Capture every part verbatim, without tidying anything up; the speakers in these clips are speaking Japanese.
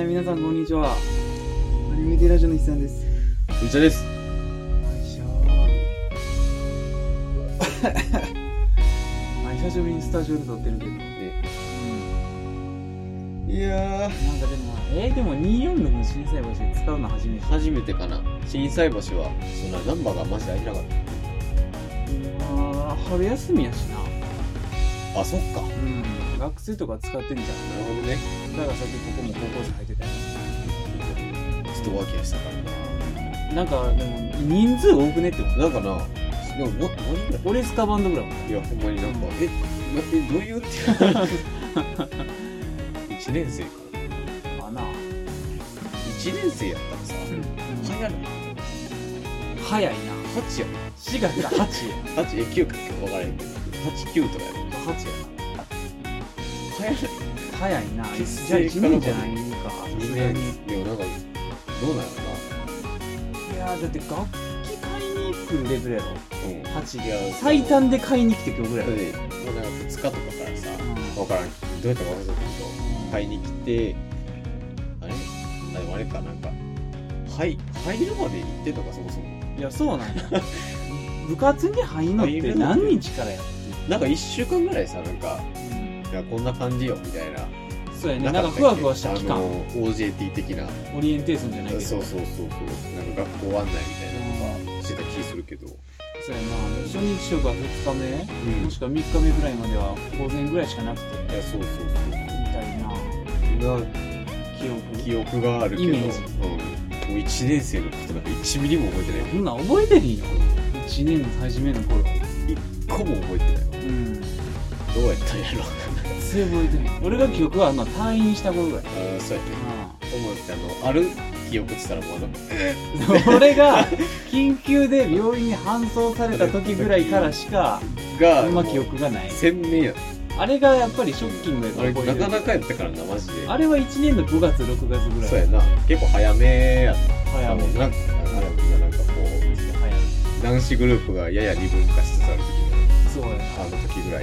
皆さんこんにちは。アニメテラジオの日さんです。 こんにちはです。 よいしょまあ久しぶりにスタジオで撮ってるけど、ねうん、いやーなんかでもえー、でもにーよんろくの心斎橋で使うの初めて初めてかな。心斎橋はそんなナンバーがマジで開いてなかった。 まあ春休みやしな。 あ、そっか。 うん学生とか使ってんじゃん。なるほどね。 だからさっきここも高校生入ってたよ。 ちょっとワキやしたからな。なんかでも人数多くねってことなんかな。でももっと何ぐらい俺スカバンドぐらいもいやほんまになんか、うん、え、え、どういうっていちねん生かまあないちねん生やったらさ、うん、早いな早いなはちやろしがつはちやはち、え、きゅうか分からへんけどはち、きゅうとかやろはちやな早い早いな。じゃあいちねんじゃないか。 にねん。でもなんかどうなんやろな。いやだって楽器買いに来るレベルやろ。うん。はち。いや最短で買いに来て今日ぐらい。 もうなんかふつかとかからさ、わ、うん、からん。どうやったか忘れたけど、買いに来て、あれ？あれあれかなんか、はい入るまで行ってとかそもそも。 いやそうなんや。部活に入んのって何日からやって。 なんかいっしゅうかんぐらいさなんか。いやこんな感じよみたいな。 そうやね。なんかふわふわした期間。あのオージェーティー 的な。 オリエンテーションじゃないけど。 そうそうそうそう。なんか学校案内みたいなのがしてた気するけど。 そうやな。初日とかふつかめ、うん、もしくはみっかめぐらいまでは午前ぐらいしかなくて。 いやそうそうそう。みたいな。 が記憶。 記憶があるけど。イメージ。うん。もういちねん生のことなんかいちミリも覚えてない。 そんなん覚えてへんよ。いちねんの初めの頃。 いっこも覚えてない。 うん。 どうやったんやろ。 覚えてない。俺が記憶はあんな退院した頃ぐらい。 ああ、そうやね。思ってあの、ある記憶って言ったらもうあの、俺が緊急で病院に搬送された時ぐらいからしか、 が、 あんま記憶がない。 鮮明や。 あれがやっぱりショッキングやから覚えてる。なかなかやったからな、マジで。 あれはいちねんのごがつ、ろくがつぐらい。 そうやな。結構早めやった。 早め。 なんか、なんかこう、男子グループがやや二分化しつつある時の、 そうやな。 あの時ぐらい。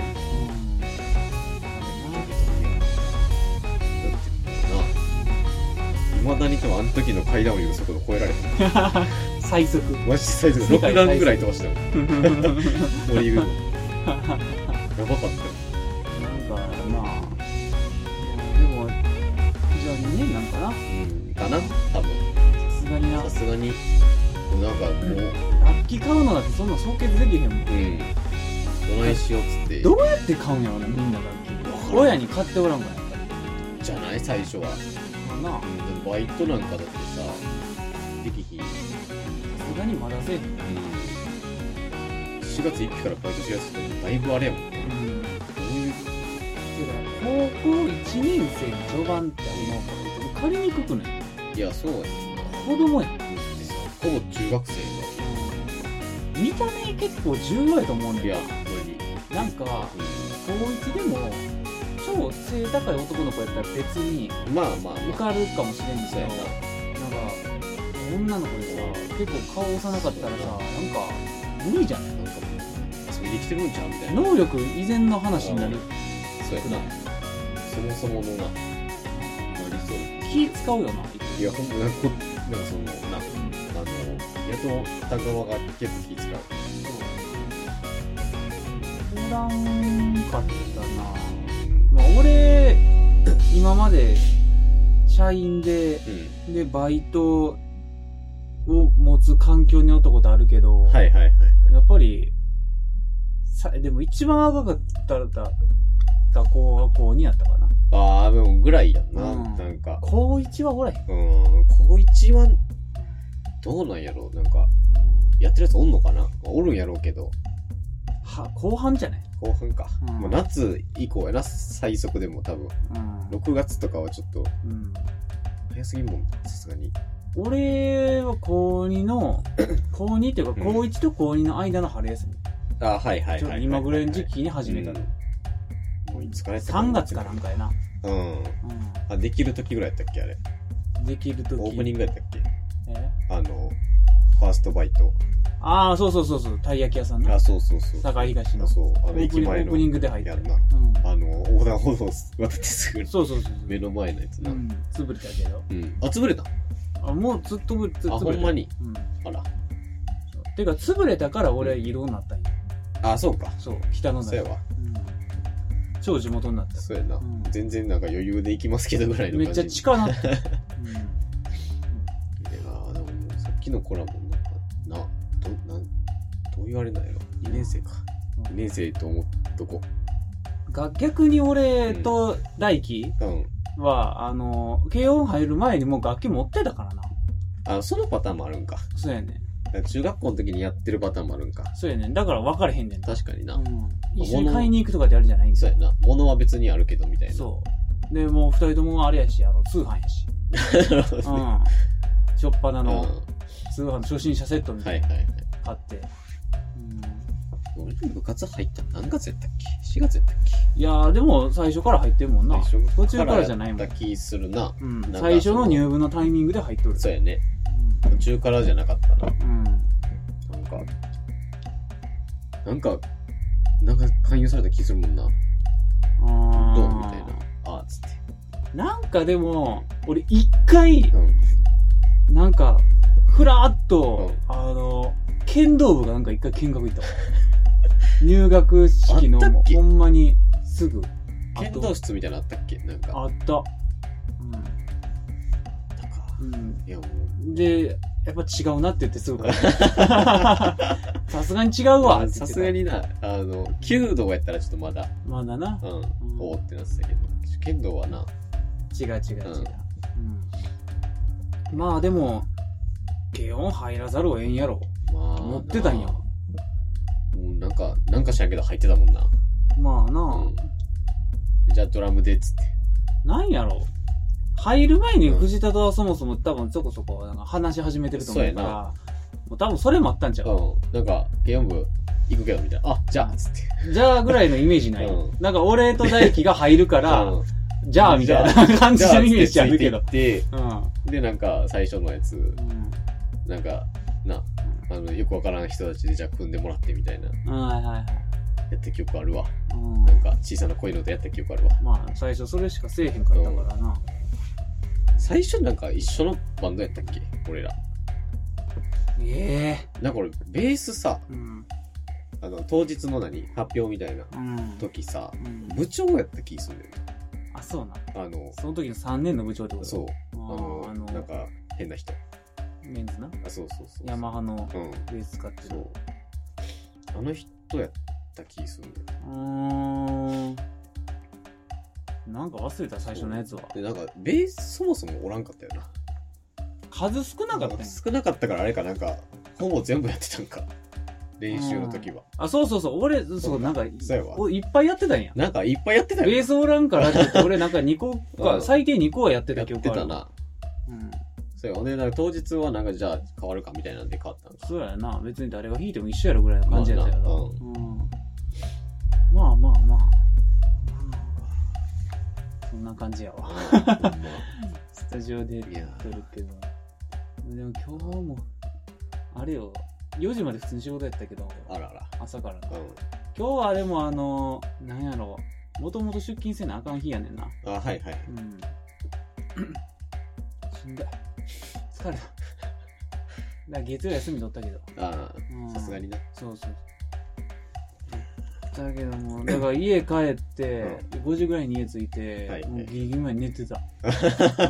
いまだに多分あの時の階段を言う速度超えられへん最速マジ最速ろくだんぐらい飛ばしたもん降りるのやばかったよ。 なんかまあでもじゃあにねんなんかなうんかな多分さすがになさすがになんかもう、うん、 楽器買うのだってそんな総決できへんもん。うんどないしようっつってどうやって買うんやろなみんな楽器親に買っておらんからじゃない最初はな、うん、 バイトなんかだってさできひんさすがにまだせえへん、 うん、しがついっかからバイトしやすいってだいぶあれやもん、うん、どういう高校いちねん生の序盤って思うから借りにくくない？ いやそうやね子供やんほぼ中学生の、 うん、見た目結構重要やと思うんだよ。 いやなんか、うん、高いちでも超背高い男の子やったら別にまあまあ受かるかもしれんけど、なんか女の子でさ結構顔幼かったらさなんか無理じゃない？なんか遊びに来てるんちゃうみたいな能力以前の話になる。 そうやなそもそものななりそう気使うよな。 いやほんとなんかこなんかそのな、うん、あの雇った側が結構気使う。 おらんかったな。まあ、俺今まで社員で、うん、でバイトを持つ環境におったことあるけど、 はいはいはい、はい、 やっぱりさでも一番赤かったらだった子は高にやったかな。 ああでもぐらいやんな、うん、なんか高いちはおらへん。 うん高いちはどうなんやろうなんか、うん、やってるやつおんのかなおるんやろうけど。 は後半じゃない後半か、うん、もう夏以降やな最速でも多分、うん、ろくがつとかはちょっと、うん、早すぎんもんさすがに。 俺は高にの高にっていうか高いちと高にの間の春休み、 うん、あはいはいはい、はい、 今ぐらいの時期に始めたの、 うん、もういつからやったかさんがつかなんかやな。 うん、うん、あできる時ぐらいやったっけあれ。 できる時オープニングやったっけえあのファーストバイトああ、そうそうそうそう、たい焼き屋さんね。 あ、そうそうそう。 高い東の。 そう、あの、 オープニング、オープニングで入ってやるな。うん。あの、横断歩道渡ってすぐ。 そうそうそう。 目の前のやつな。 うん。潰れたけど。 うん。あ、潰れたあ、もうずっと潰れた。 あ、ほんまに。 うん。 あら。 てか、潰れたから俺、色になったんや。 あ、そうか。 そう、北のそうやわ。 超地元になった。 そうやな。全然なんか余裕で行きますけどぐらいの感じ。めっちゃ近なった。うん。いやー、でもさっきのコラボなんか、な、ど、なん、どう言われないの ?に 年生か。にねん生と思っとこ。 が、逆に俺と大輝は、あの、軽音入る前にもう楽器持ってたからな。 あ、そのパターンもあるんか。 そうやね。 中学校の時にやってるパターンもあるんか。 そうやね。だから分かれへんねん。 確かにな。 うん。一緒に買いに行くとかであるじゃないんだよ。そうやな。物は別にあるけどみたいな。 そう。で、もう二人ともあれやし、あの、通販やし。なるほどね。うん。しょっぱなの、通販の初心者セットみたいな。はいはいはい。買って。 うん。俺部活入ったの何月やったっけ ?し 月やったっけいやー、でも最初から入ってんもんな。 最初途中からじゃないもん。 入った気するな。 うん。最初の入部のタイミングで入っとる。 そうやね。途中からじゃなかったな。うん。なんか、なんか、なんか勧誘された気するもんな。あー。どうみたいな。あーつって。 なんかでも、俺一回、うん、なんか、ふらーっと、うん、あの、剣道部がなんか一回見学行ったわ。入学式のもほんまにすぐ。 剣道室みたいなのあったっけなんか。 あった。うん。うん。いやもう。で、やっぱ違うなって言ってすぐから。さすがに違うわ。 さすがにな、あの、弓道やったらちょっとまだ。 まだな。 うん。うん、おーってなってたけど。剣道はな。 違う違う違う。うんうん、まあでも、軽音入らざるをえんやろ。まあ。持ってたんや。 もうなんか、なんか知らんけど入ってたもんな。 まあな、うん、 じゃあドラムでっつって。 なんやろ入る前に藤田とはそもそも多分そこそこなんか話し始めてると思うから、もう多分それもあったんちゃう。 うん。なんか、軽音部行くけどみたいな。あ、じゃあつって。 じゃあぐらいのイメージない。うん、なんか俺と大輝が入るから、うん、じゃあみたいな感じのイメージあるけど。 で、うん、で、なんか最初のやつ、うん、なんか、な、あの、よくわからん人たちでじゃあ組んでもらってみたいな。 はいはいはい。 やった記憶あるわ。うん、なんか小さな恋のでやった記憶あるわ。 まあ最初それしかせえへんかったからな。うん、 最初なんか一緒のバンドやったっけ俺ら。 ええー。 なんか俺、ベースさ、うん、あの、当日の何発表みたいな時さ、うん、部長やった気するんだよね。 あ、そうな。 あの、 その時のさんねんの部長ってこと？ そう。あの、あのなんか変な人。 メンズな。 あ、そうそうそう。 ヤマハのベース使ってる。 そう。あの人やった気するんだよ。 うーん。なんか忘れた最初のやつは。 で、なんか、ベースそもそもおらんかったよな。 数少なかったんや。 少なかったからあれかなんか、ほぼ全部やってたんか。練習の時は。 あ、そうそうそう。俺、そう、なんか、いっぱいやってたんや。 なんかいっぱいやってたよ。 ベースおらんからって言って、俺なんかにこか、最低にこはやってた記憶ある。 やってたな。うん。そうよね。なんか当日はなんかじゃあ変わるかみたいなんで変わったんか。 そうやな。別に誰が弾いても一緒やろぐらいの感じやったやろ。うん。まあまあまあ。そんな感じやわ。スタジオで撮るけど。でも今日も、あれよ、よじまで普通に仕事やったけど、 あらら朝からな、うん。今日はでもあの、なんやろ、もともと出勤せなあかん日やねんな。 あ、はいはい。うん。 しんどい。疲れた。だから月曜休み取ったけど。 ああ、さすがにな。 そうそう。だけども、だから家帰って、うん、ごじぐらいに家着いて、はいはい、もうギリギリまで寝てた。うん。そう。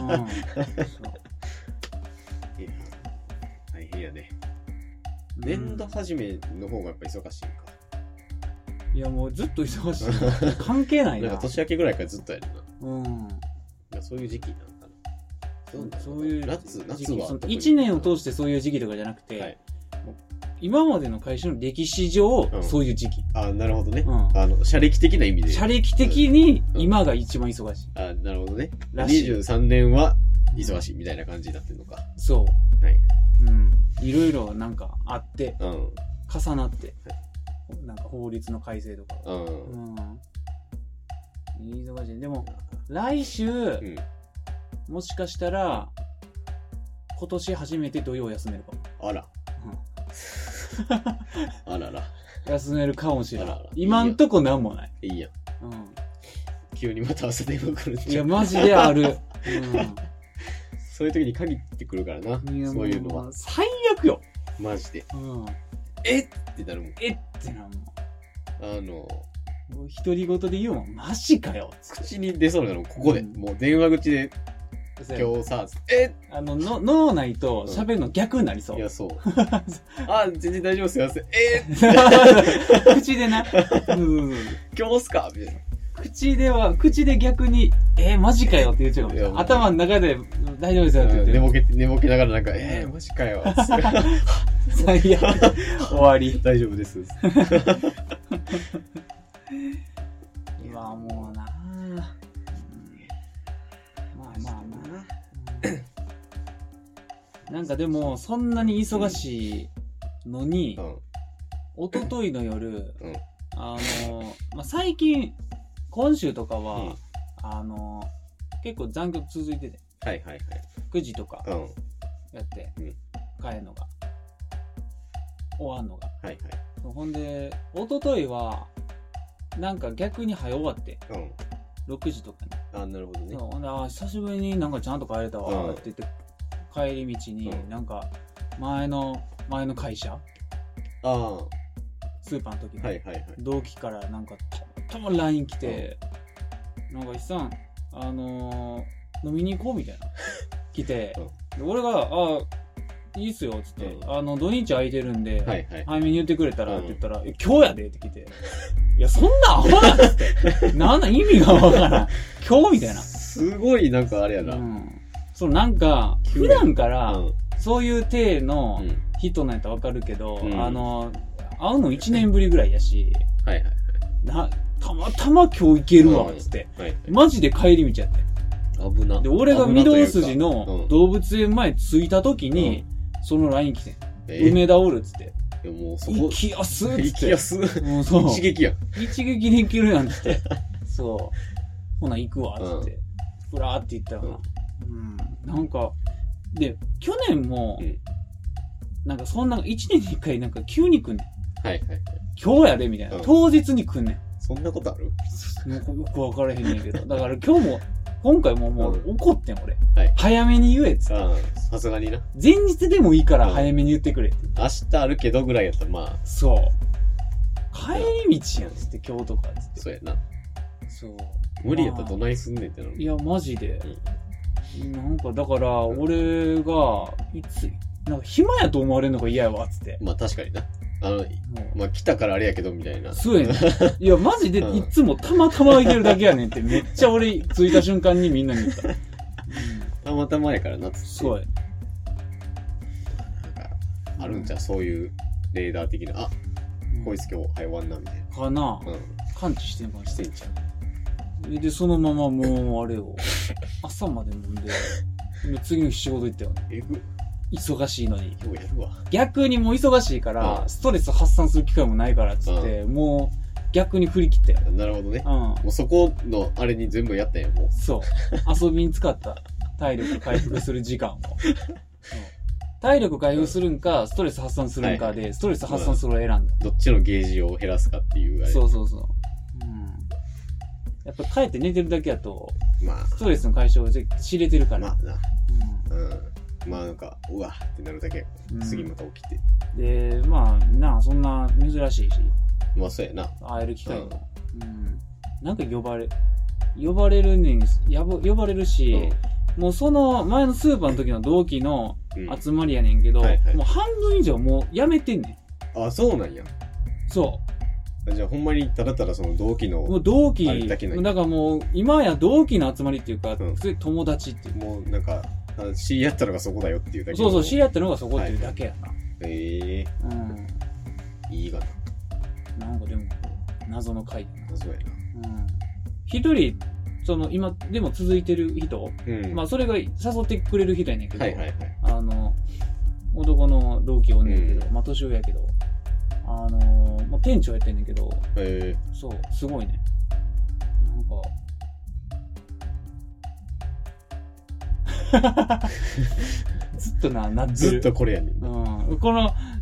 いや、大変やね。年度始めの方がやっぱ忙しいんか。 いやもうずっと忙しい。関係ないな。 なんか年明けぐらいからずっとやるな。 うん。 いやそういう時期なのかな。そうだそういう夏、夏は。 いちねんを通してそういう時期とかじゃなくて、はい、今までの会社の歴史上、うん、そういう時期。 あ、なるほどね。うん、あの、社歴的な意味で。 社歴的に今が一番忙しい。 うん、あ、なるほどね。にじゅうさんねんは忙しいみたいな感じになってるのか。 そう。 はい。 うん。いろいろなんかあって、 うん、 重なって、はい、なんか法律の改正とか。うん。うん、忙しい。でも、来週、うん、もしかしたら、今年初めて土曜休めるかも。 あら。 うんあらら。 休めるかもしれない。 あらら今んとこなんもない。 いいやん。 うん。 急にまた朝電話来るんいや、 ちゃう。 マジである。うん。 そういう時に限ってくるからな。 いやそういうのはも。最悪よ。 マジで。 うん。 えってなるもん。 えってなもん。 あの、 もう独り言で言うもん。マジかよ。 口に出そうなのここで。 うんもう電話口で、今日さ、えあの、の脳内と喋るの逆になりそう。 いや、そう。あ、全然大丈夫ですよ。えー、 口でな。うん今日っすかみたいな。 口では、口で逆に、えー、マジかよって言っちゃうかもしれない。頭の中で大丈夫ですよって言ってる。 寝ぼけて、寝ぼけながらなんか、えー、マジかよ。 最悪。終わり。 大丈夫です。 まあもうなぁ。まあまあまあ。なんかでも、そんなに忙しいのに、 うん。 一昨日の夜、 うん。 あの、まあ、最近、今週とかは、 うんあの、結構残業続いてて、 はいはいはい。 くじとかうん。 やって、 うん帰るのが、終わんのが。 はいはい。 ほんで、一昨日は、なんか逆に早終わって、 うん。 ろくじとかに。 あ、なるほどね。 そうほんで、あ、久しぶりになんかちゃんと帰れたわ、 うんって言って、帰り道に、 うんなんか、前の、前の会社、 ああ。はスーパーの時に、 いはいはい。 同期からなんかたまたま ライン 来て、なんか一さんあのー、飲みに行こうみたいな来て、で俺があいいっすよっつって、 うんあの土日空いてるんで、 はいはい。 早めに言ってくれたらうんって言ったら、え今日やでって来て、いやそんなアホなんっつってなんなん意味がわからん今日みたいな、 すごいなんかあれやな。 ううん。 ん、そのなんか普段からうん。 そういう体のうん人なんやったらわかるけど、 うんあの会うのいちねんぶりぐらいやし、 はいはいなたまたま今日行けるわっつって、 はい。はい。 マジで帰り道やって。 危な。 で、俺が御堂筋うのん動物園前着いた時に、その ライン 来てん。 え梅田おるっつって。 いやもうそ行こ、 きやすっつって。 行きやす。 もうそう。 一撃やん。 一撃で行けるやんっつって。そう。ほな行くわっつって。ふらーって行ったよな。うん。なんか、で、去年もうん、 なんかそんな、一年に一回なんか急に来んねん。 はいはいはい。 今日やでみたいな。 うん当日に来んねん。 そんなことある？ もうよく分からへんねんけど。だから今日も、今回ももう怒ってん俺。 はい。 早めに言えっつって。 ああ、さすがにな。 前日でもいいから早めに言ってくれって。 明日あるけどぐらいやったらまあ、 そう。帰り道やんつって、今日とかっつって。 そうやな。 そう。 無理やったらどないすんねんってなる。 いや、マジで。なんか、だから、俺が、いつ、なんか暇やと思われるのが嫌やわ、つって。 まあ確かにな。あの、 もうまあ来たからあれやけどみたいな。 そうやねん。いや、マジで、 うんいつもたまたま空いてるだけやねんって、めっちゃ俺、着いた瞬間にみんなに言った。うん、 たまたまやからなっつって。 そうや。 なんか、あるんちゃう、そういうレーダー的な。あ、こいつ今日早終わんなみたいかな、 な。うん。 感知してんかもしれんしてんちゃう。 で、そのままもう、あれを、朝まで飲んで、で次の日仕事行ったよ。 えぐ、 忙しいのに。 今日やるわ。 逆にもう忙しいから、 うんストレス発散する機会もないからっつって、もう逆に振り切ったよ。 なるほどね。 うん。 もうそこのあれに全部やったんや、もう。 そう。遊びに使った。体力回復する時間を。うん体力回復するんか、ストレス発散するんかで、ストレス発散するを選んだ。 どっちのゲージを減らすかっていうあれ。 そうそうそう。うん。やっぱ帰って寝てるだけやと、 まあ、 ストレスの解消が知れてるから。 まあな。うん。まあなんか、うわってなるだけ。 うん次また起きて。 で、まあ、なあ、そんな珍しいし、 まあそうやな。 会える機会も。うん。なんか呼ばれ、呼ばれるねん、やぼ呼ばれるし、もうその前のスーパーの時の同期のうん。 集まりやねんけど、 はいはいもう半分以上もうやめてんねん。 あ、そうなんや。 そじゃあほんまにただただその同期う。もの、 う同期、 あれだけないだからもう今や同期の集まりっていうか、 うん普通に友達っていう。 もうなんか、あ知り合ったのがそこだよっていうだけそうそう、知りり合ったのがそこっていうだけやな。 ええうん。 いいがな。 なんかでも、謎の回やな。 そうやな。 うん。一人、その今でも続いてる人、 うん。 まあそれが誘ってくれる人やねんけど、 はいはいはい。 あの、男の同期おんねんけど、 うんまあ年上やけど、あのー、もう店長やってんねんけど、 えそう、すごいね。なんか、ずっとな、なってー、 る。 ずっとこれやねん。 うん。この、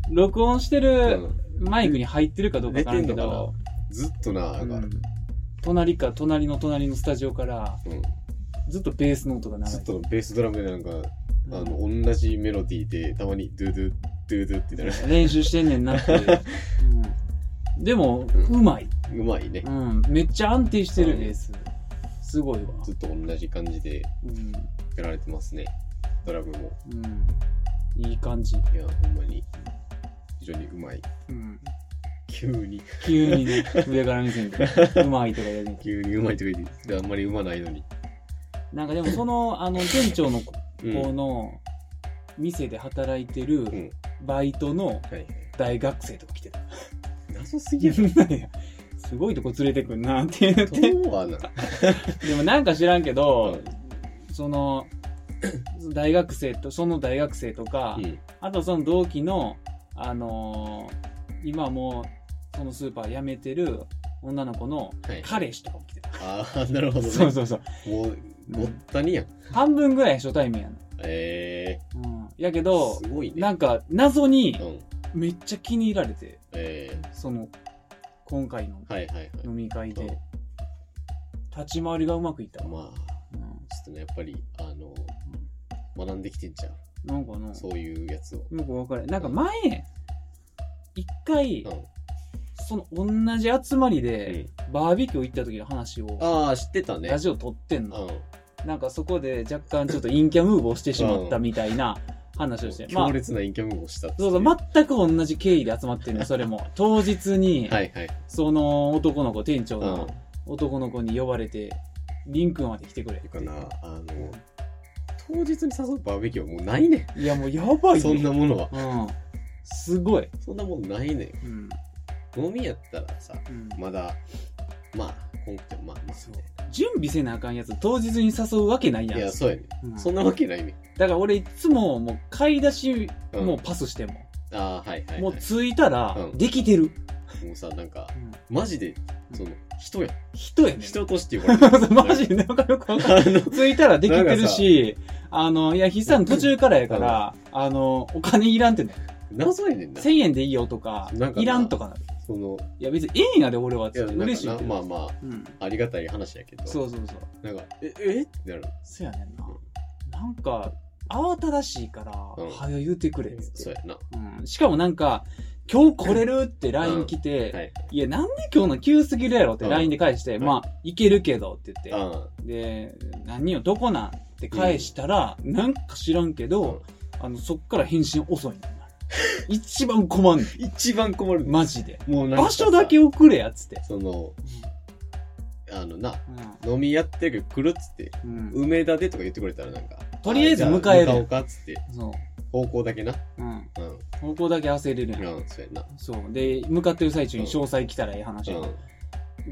録音してるマイクに入ってるかどうかわからんけど、 ずっとな、なんか、うん、 隣か隣の隣のスタジオから、うん、ずっとベースの音が流れてる。 ずっとベースドラムでなんか、あの、うん、同じメロディーで、たまにドゥドゥ、ドゥドゥって言ったら。 練習してんねんなって。うん、でも、うまい。 うまいね。 うん。めっちゃ安定してるベース。すごいわ。 ずっと同じ感じで、やられてますね。ドラムも。 うん。いい感じ。いや、ほんまに、非常にうまい。うん。急に。 急にね、上から見せんで、うまいとか言うね。 急にうまいとか言って、あんまりうまないのに。 なんかでもその、あの、店長の子の、店で働いてる、バイトの大学生とか来てた。 謎すぎる。 すごいとこ連れてくんなって言って。 そうはな。 でもなんか知らんけど、その、大学生と、その大学生とか、うん、あとその同期の、あのー、今もう、そのスーパー辞めてる女の子の彼氏とかも来てた。 はい、ああ、なるほどね。 そうそうそう。 もう、ごったにやん。 半分ぐらい初対面やん。 ええー。 うん。やけど、 すごいね、 なんか、謎に、めっちゃ気に入られて、 えー、 その、今回の飲み会で、はいはいはい、立ち回りがうまくいった。 まあ、うん、ちょっとね、やっぱり、あの、うん、学んできてんじゃん。 なんかな。 そういうやつを。 よく分かる。なんか前、一回、うん、その同じ集まりで、うん、バーベキュー行った時の話を、 ああ、知ってたね。 ラジオ撮ってんの。うん、なんかそこで若干ちょっと陰キャムーブをしてしまったみたいな話をして。 強烈な陰キャムーブをしたって、 まあ。そうそう、全く同じ経緯で集まってんの、それも。当日に、 はいはい、 その男の子、店長の男の子に呼ばれて、リンクまで来てくれって。 かな、あの、当日に誘うバーベキューはもうないねん。 いやもうやばいね。 そんなものは。 うん。すごい。 そんなものないねん。うん。飲みやったらさ、うん、まだ、まあ、今回まあまあそう。 準備せなあかんやつ当日に誘うわけないやん。 いや、そうやね、うん。そんなわけないねん。 だから俺いつももう買い出し、もうパスしても。 うん、ああ、はいはい、はい。 もう着いたら、できてる。 うん、もうさ、なんか、うん、マジで、その、人や。 人やねん。 人として呼ばれてる。 マジで、なんかよくわかんない。着いたらできてるし、あの、いや、筆算途中からやから、うん、あの、お金いらんってね。 謎やねんな。 せんえんでいいよとか、いらんとかなる。 その、 いや別にええんやで俺はって嬉しい。 まあまあ、うん、ありがたい話やけど。 そうそうそう。 なんか、え、えってなる。 そうやねんな。うん、なんか、慌ただしいから、うん、早言うてくれって。 そうやな。 うん。しかもなんか、今日来れるって ライン 来て、うんはい、いや、なんで今日の急すぎるやろって ライン で返して、うん、まあ、いけるけどって言って、うん、で、何よ、どこなんって返したら、うん、なんか知らんけど、うん、あの、そっから返信遅いんだ。一番困る。 一番困る。 マジで。 もうなんか場所だけ送れやっつって。 その、うん、あのな、うん、飲みやってるけど来るっつって、うん、梅田でとか言ってくれたらなんか、 とりあえず迎える。 向かおうかっつって。そう。方向だけな。 うん。うん。方向だけ焦れるやん。 うん、そうやな。 そう。で、向かってる最中に詳細来たらええ話や、うん。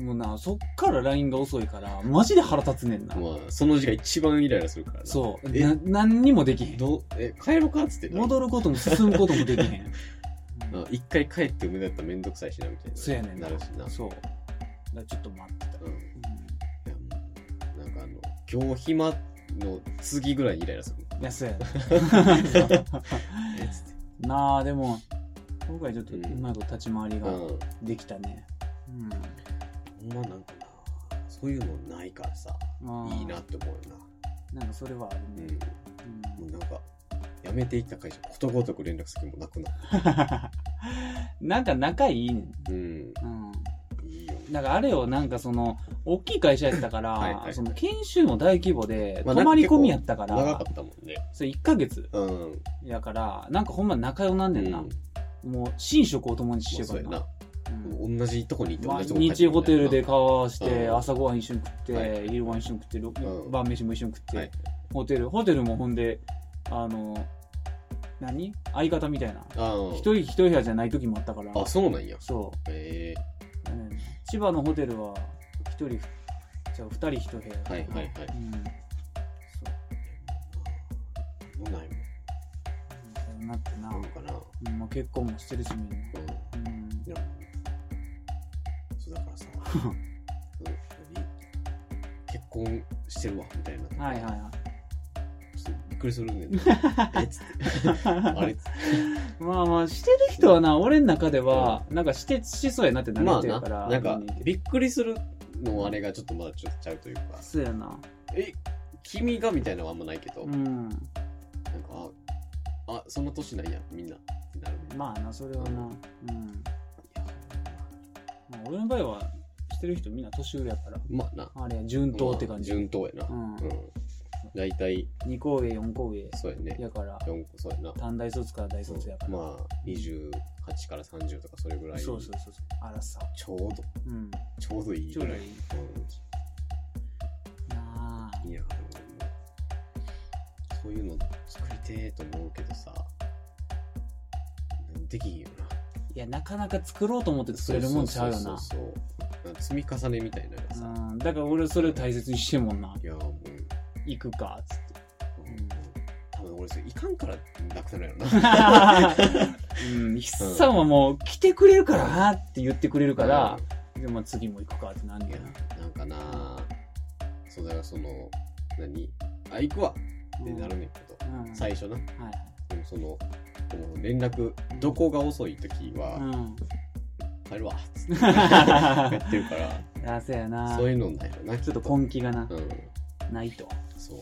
もうな、そっから ライン が遅いから、マジで腹立つねんな。 まあ、その字が一番イライラするからな。 そう。な、何にもできへん。 どう、え、帰ろうかっつって。 戻ることも進むこともできへん。 一回帰って梅田やったらめんどくさいしなみたいな。 そうやねんな。なるしな。 そう。だからちょっと待ってた。うん。うん、いやなんかあの、今日暇の次ぐらいにイライラする。 いや、そうやねなあ、でも、今回ちょっとうまく立ち回りができたね。うん。 ほんまなんかな、そういうのないからさ、いいなって思うよな。なんかそれはあるね。 うん。うん、もうなんか、辞めていった会社、ことごとく連絡先もなくなった。 なんか仲いいねん。うん。うん。いいよ。なんかあれよ、なんかその、大きい会社やったから、はいはいはい、その研修も大規模で、泊まり込みやったから、 長かったもんね。 それいっかげつ。うん。やから、なんかほんま仲良なんねんな。うん、もう、寝食を共にしてるからな。まあうん、同じとこに行って同じとこに日ホテルで交わして、うん、朝ごはん一緒に食って、はい、昼ごはん一緒に食って、うん、晩飯も一緒に食って、はい、ホテル、ホテルもほんで、あの、何相方みたいな。一人一部屋じゃない時もあったから。 あ、そうなんや。 そう。 へえー。千葉のホテルは、一人、じゃあ二人一部屋。 はいはいはい。うん。そう。もうないもん。 そうなってな。 なんかな。 うん、まあ、結婚もしてるしみんな。うん。うん、 いや。そうだからさ。結婚してるわみたいな。 はいはいはい。 ちょっとびっくりくりするねん。えっつって。あれっつって。 まあまあ、してる人はな、俺の中では、なんかしてしそうやなってなれてるから。 まあな、なんか、びっくりするのあれがちょっとまだちょっとちゃうというか。 そうやな。 え、君がみたいなのはあんまないけど。 うん。 なんか、あ、あ、そんな年なんや、みんな。ってなるね。 まあな、それはな。うん。まあ、俺の場合は、してる人みんな年上やから。 まあな。 あれや、順当って感じ。 まあ、順当やな。うん。うん、だいたい。 にこ上、よんこ上。 そうやね。 やから。 よんこ、そうやな。 短大卒から大卒やから。 まあ、にじゅうはちからさんじゅうとかそれぐらい。 そうそうそう。あらさ。 ちょうど。うん。ちょうどいいぐらい。ちょうどいい。うん、なあ。いや、そういうの作りてーと思うけどさ。できひんよな。 いや、なかなか作ろうと思って作れるもんちゃうよな。そうそうそうそう。 積み重ねみたいなのがさ、 うん、だから俺それを大切にしてんもんな。 いやもう行くかっつって、 うん、多分俺それいかんからなくなるやろな。 うん、筆さんはもう来てくれるからなって言ってくれるから、うん、でも次も行くかってなんねやな。なんかな、そうだからその何あ行くわってなるねんけど、うん、最初な、はい、でもその連絡どこが遅い時は、うん、帰るわっつってやってるからあ、そうやな、 そういうのないよな、 ちょっと根気がな、うん、ないと。 そう、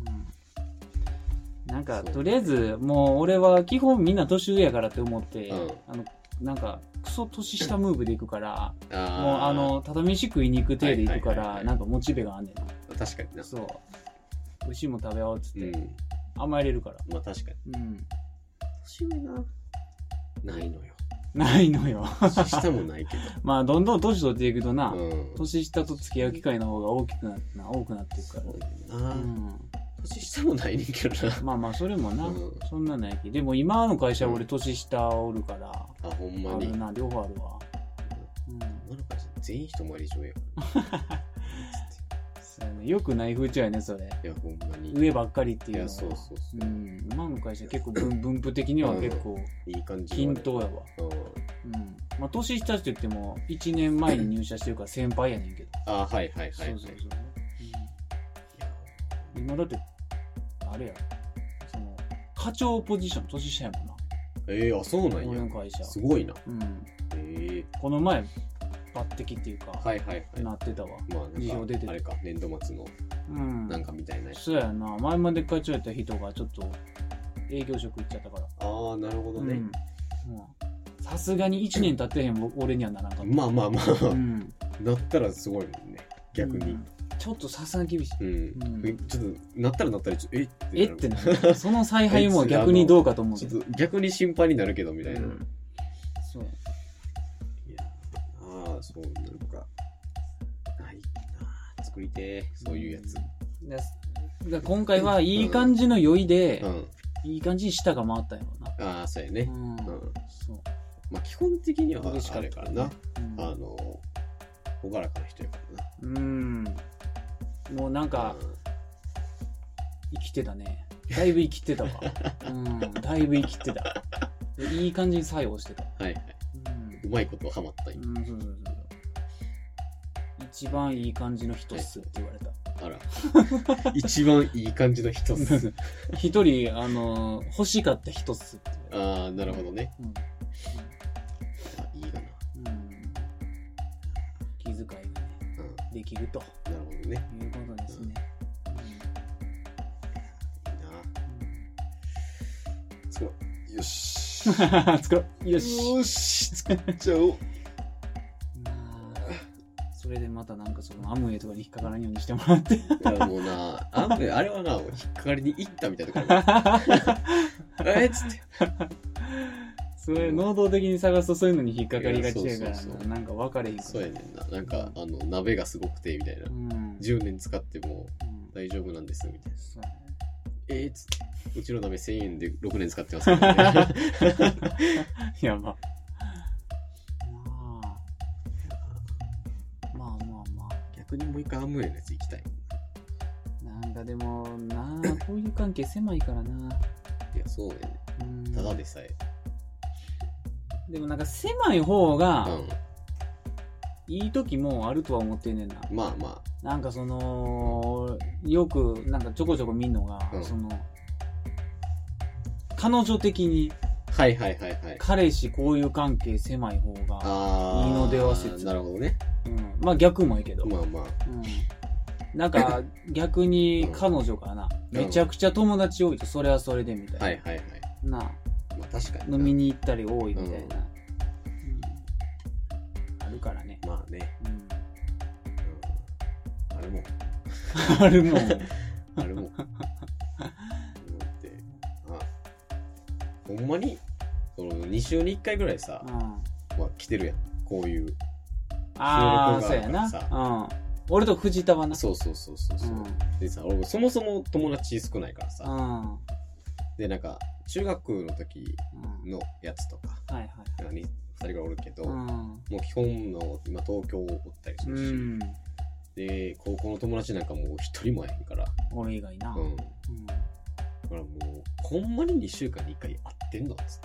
うん、なんかとりあえずもう俺は基本みんな年上やからって思って、うん、あのなんかクソ年下ムーブでいくから、うん、もうあの畳飯食いに行く体で行くから、はいはいはいはい、なんかモチベがあんねんな。 確かにな。 そう、美味しいもん食べようっつって、うん、甘えれるから。 まあ確かに、うん、年上なないのよ。 ないのよ。 年下もないけど。 まあどんどん年取っていくとな、うん、年下と付き合う機会の方が大きくなってな、多くなっていくから。そうな、うん、 年下もないねんけどな。 まあまあそれもな、うん、そんなないけど、でも今の会社は俺年下おるから、 うん、あ、ほんまに。 あるな、両方あるわ。 うん、今の会社全員一回り上やから。 よくない風潮やね、それ。 いや、ほんまに。 上ばっかりっていうのは。 いや、そうそうそう。 うん。今の会社結構分、分布的には結構、 いい感じ。 均等やわ。うん。まあ、年下って言っても、いちねんまえに入社してるから先輩やねんけど。 ああ、はいはいはい。そうそうそう。 うん、今だって、あれや、その、課長ポジション年下やもんな。 ええー、あ、そうなんや。 俺の会社。 すごいな。 うん。 ええー。 この前、抜擢っていうか、 はいはいはい、 なってたわ。 まあ、事情出てる。あれか、年度末の、うん、なんかみたいな。 そうやな、前まで会長やった人がちょっと営業職行っちゃったから。 ああ、なるほどね。 さすがにいちねん経ってへん俺にはならんかった。 まあまあまあ、うん、なったらすごいもんね、逆に。うん、 ちょっとさすがに厳しい。 うんうん、ちょっと、なったらなったら、えってなる。 えってなる。その采配も逆にどうかと思うけど。 ちょっと逆に心配になるけど、みたいな。うん、 そう。 そうなんかないな、作りてー、そういうやつ。 だだ今回はいい感じの酔いで、うん、いい感じに舌が回ったよな。 ああ、そうやね。うん。うん、そう。まあ基本的にはあれからな、ね、うん、あの朗らかな人やからな。 うん。もうなんか、うん、生きてたね。だいぶ生きてたわ。うん。だいぶ生きてた。いい感じに作用してた。 はいはい。うまいことハマった今。うん、そうそうそう。 一番いい感じの人っすって言われた。 はい、あら。一番いい感じの人っす。 一人、あのー、欲しかった人っすって言われた。ああ、なるほどね。うんうん、あ、いいかな。うん、 気遣いがね、うん、できると。 なるほどね。 いうことですね。うんうん、いいな。作ろう。よし。 作ろう。よし。 よし。作っちゃおう。 それでまたなんかそのアムウェイとかに引っかからんようにしてもらって。いやもうな、アムウェイ、あれはな、引っかかりに行ったみたいなところ。えっつって。 それ、能動的に探すとそういうのに引っかかりがちやからな、そうそうそう、なんか分かれへん。 そうやねんな。なんか、うん、あの、鍋がすごくて、みたいな。うん、じゅうねん使っても大丈夫なんです、みたいな。そうね、えー、っつって。うちの鍋せんえんでろくねん使ってますから、ね。 やば。 逆にもう一回アムウェイのやつ行きたい。 なんかでもなあ、こういう関係狭いからな。 いや、そうね。ただでさえ。 でもなんか狭い方が、うん、いい時もあるとは思ってんねんな。 まあまあ。 なんかその、よくなんかちょこちょこ見んのが、うん、その彼女的に。 はいはいはいはい。 彼氏交友関係狭い方がいいのでは説。 なるほどね。 うん。まあ逆もいいけど。 まあまあ。 うん。なんか逆に彼女がな、うん、めちゃくちゃ友達多いとそれはそれでみたいな。 はいはいはい。 なあ。 まあ確かに。 飲みに行ったり多いみたいな。うんうん、あるからね。 まあね。うん。うん、あるもん。 あるもん。 あるもん。ほんまにそのに週にいっかいぐらいさ、うん、まあ来てるやん、こういう収録があるからさ。ああ、そうやな。うん。俺と藤田はな。 そうそうそうそうそう、うん。でさ、俺そもそも友達少ないからさ。うん、でなんか中学の時のやつとか、うん、はいはい。ふたりがおるけど、うん、もう基本の今東京おったりするし、うん、で高校の友達なんかもう一人も会えへんから。 俺以外な。 うん。うん、だからもうほんまににしゅうかんにいっかい会ってんのっつって。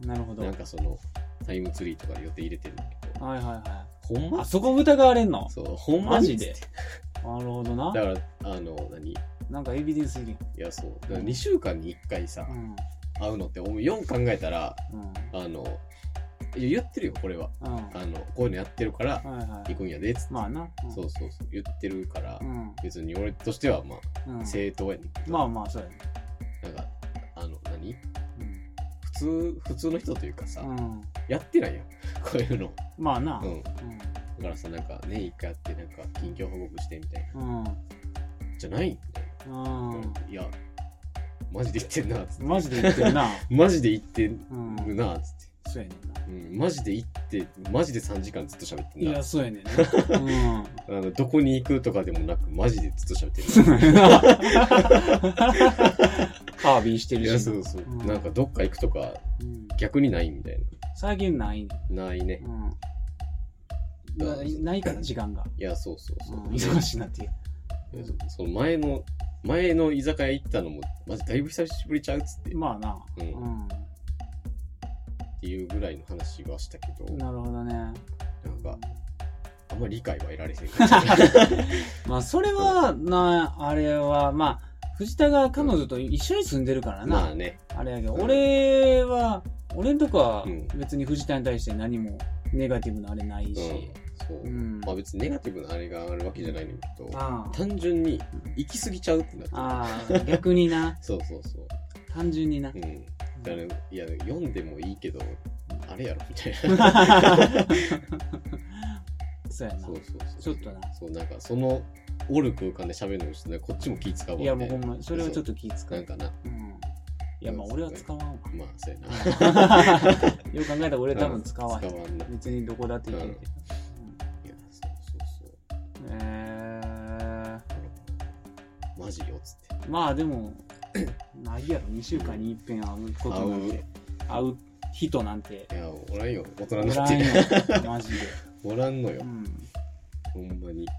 なるほど。 なんかそのタイムツリーとかで予定入れてるんだけど。 はいはいはい。 ほんま？ あそこ疑われんの？ そう、ほんまマジで。なるほどな。 だからあの何？ なんかエビデンスいるやん。 いやそう。だからにしゅうかんにいっかいさ、うん、会うのってよん考えたら、うん、あのいや言ってるよこれは、うん、あのこういうのやってるから行くんやでっつって。 まあな。うん、 そうそうそう言ってるから、うん、別に俺としてはまあ、うん、正当やねんけど。 まあまあそうやね。 なんかあの何、うん、普通普通の人というかさ、うん、やってないやんこういうの。 まあな、うん、うん、 だからさなんか年一回やってなんか近況報告してみたいな、うん、じゃないみたいな、うん、いやマジで言ってんなっつって。 マジで言ってるなマジで言ってるなっつって、 うん、そうやねんな、 うん、マジで行ってマジでさんじかんずっと喋ってんな。 いやそうやねんな、うん、 あのどこに行くとかでもなくマジでずっと喋ってるカービーしてるし。 いやそうそう、うん、なんかどっか行くとか、うん、逆にないみたいな。 最近ないね。 ないね、 うん、ないから時間が。 いやそうそうそう、うん、 忙しいなっていう。 いや そ, その前の前の居酒屋行ったのもマジだいぶ久しぶりちゃうっつって。 まあな、 うん、うん、っていうぐらいの話はしたけど。 なるほどね。 なんかあんまり理解は得られへんまあそれはな、あれはまあ藤田が彼女と一緒に住んでるからな、 まあね、 あれやけど、うん、俺は俺んとこは別に藤田に対して何もネガティブなあれないし、うん、 そう、うん、まあ別にネガティブなあれがあるわけじゃないんだけど、単純に行き過ぎちゃうってなって。ああ逆になそうそうそう単純にな、うん、 だからいや読んでもいいけどあれやろみたいなそうやな。そうそうそう。ちょっとな。 そうなんかそのおる空間で喋るのにしてこっちも気使うわ。 いやもうほんまそれはちょっと気使う。 なんかな。うん。 いやまあ俺は使わんわ。 まあそうやな。よく考えたら俺多分使わん。 使わんな。 別にどこだっていけるけど。 いやそうそうそう。 えー。マジよっつって。 まあでもないやろにしゅうかんに一遍会うことなんて会う人なんて。 いやおらんよ大人になって。 マジで。 おらんのよ、うん、ほんまに。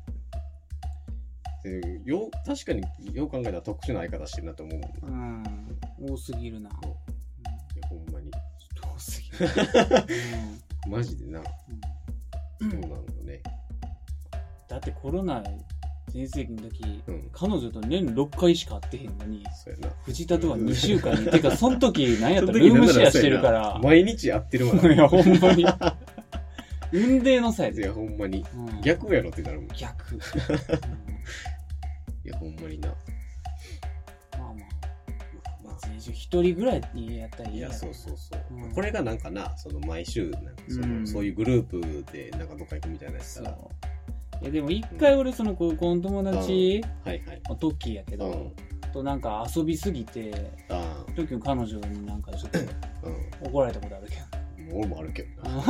でよ確かによう考えたら特殊な相方してるなと思うもんな。 うん多すぎるな。いやほんまに多すぎる、 うん、マジでな、うん、そうなのよね。 だってコロナ全盛期の時、うん、彼女と年ろっかいしか会ってへんのに、 そうやな藤田とはにしゅうかんにてかその時何やったらルームシェアしてるから毎日会ってるもんいやほんまに運命のサイズ。 いやほんまに、うん、逆やろってなるもん。 逆、うん、いやほんまにな。 まあまあまあ一人ぐらいやったらいいや。 いやそうそうそう、うん、これがなんかなその毎週なんかその、うん、そういうグループでなんかどっか行くみたいなやつだら。 いやでも一回俺その高校の友達、 うん、はいはいトッキーやけど、うん、となんか遊びすぎてトッキーの彼女になんかちょっと怒られたことあるけど。 俺もあるけどな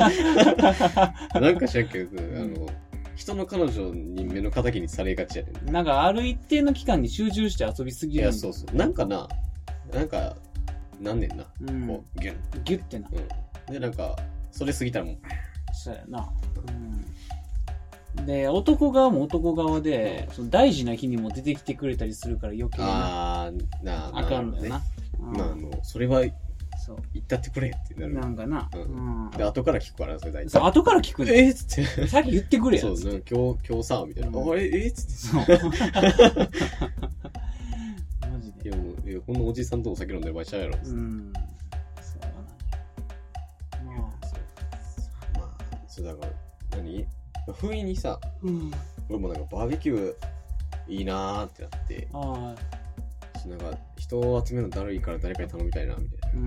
なんかしらんけど、うん、あの人の彼女に目の敵にされがちやねん。 なんかある一定の期間に集中して遊びすぎる。 いやそうそうなんかななんかなんねんな、うん、こうギュッギュッてな、 うん、でなんかそれ過ぎたらもうそうやな、うん、で男側も男側で、うん、その大事な日にも出てきてくれたりするから余計なあなあかんのよな、 まああのそれはそう言ったってくれってなる。 なんかな、 うんうん、で後から聞くからそれ大体。 そう後から聞くね。 えー、っつってさっき言ってくれや。 そう今日今日さみたいな。うん、あれえー、っつって。そう。マジで。 いやもういやこのおじさんとお酒飲んでる場合ちゃうやろ。 うん。そうなんだ。まあ、 そう。まあ、そうだから、何不意にさ、うん、俺もなんかバーベキューいいなーってなって、あなんか人を集めるのだるいから誰かに頼みたいなみたいな。うん。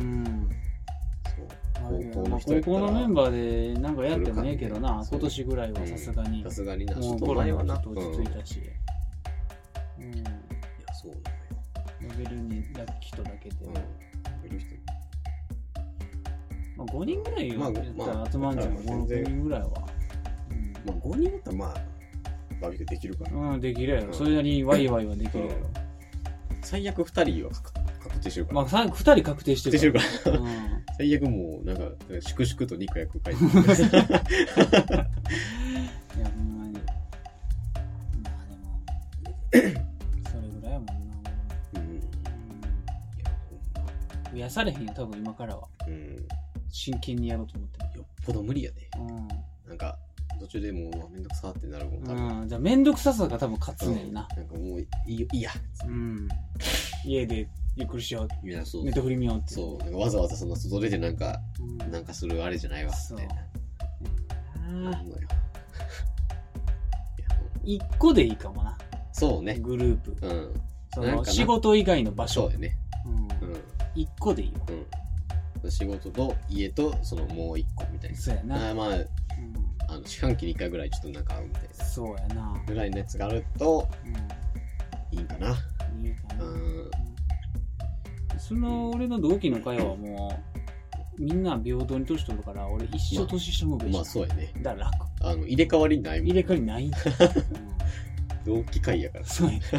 そう。高校の人やったら、 まあ、高校のメンバーでなんかやってもええけどな、今年ぐらいはさすがに。 さすがにな、 ちょっと前はな、ちょっと落ち着いたし。 うん。うん、いや、そうなのよ。呼べるにだ人だけで。うん。呼べる人。まあごにんぐらいよ。まあ、まあ、集まんじゃん、ごにんぐらいは。 まあごにんだったらまあバーベキューできるから。 うん、できるやろ。うん、それなりにワイワイはできるやろ。 最悪ふたりは確定してるから。 まあふたり確定してるから。うん、最悪もうなんか粛々と肉焼く書いてる。いやほんまに。まあでもそれぐらいやもんな。うん。いやほんま。増やされへんよ多分今からは。うん。真剣にやろうと思ってる。よっぽど無理やで。うん。なんか途中でもうめんどくさってなるもん多分、うん、じゃあめんどくささが多分勝つねんな、 うん、なんかもういいよいいや、うん、 家でゆっくりしよういやそうネットフリ見ようってそうなんかわざわざその外出てなんか、うん、なんかするあれじゃないわみたいなあ一個でいいかもなそうねグループ、うん、その仕事以外の場所そうやね、 うんうん、一個でいいよ、 うん、仕事と家とそのもう一個みたいなそうやなあまああの四半期にいっかいぐらいちょっとなんか会うみたいなそうやなぐらいのやつがあると、うん、いいかないいかな、うん、その俺の同期の会話はもうみんな平等に年取るから俺一生年下もべし、 まあ、まあそうやねだから楽あの入れ替わりないもん入れ替わりないんだ、 うん、同期会やからそうやね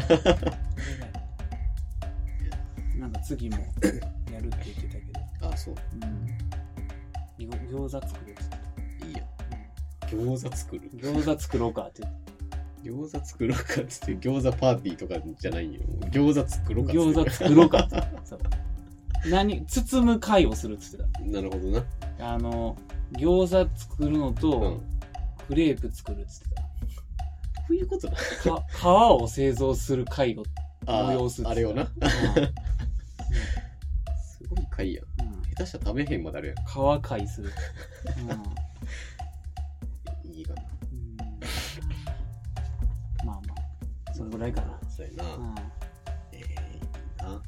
なんか次もやるって言ってたけどあそううん餃子作るっていいよ餃子作る餃子作ろうかって餃子作ろうかって言って餃子パーティーとかじゃないよ餃子作ろうかって餃子作ろうかってそう何包む会をするって言ってたなるほどなあの餃子作るのと、うん、クレープ作るって言ってたどういうことだか皮を製造する会を催すってあれをな、うん、すごい会やん、うん、下手したら食べへんまであるやん皮会する、うんいいかな、 うん、まあまあそれぐらいかなそうやな、うん、えー、いいな、うん、ちょ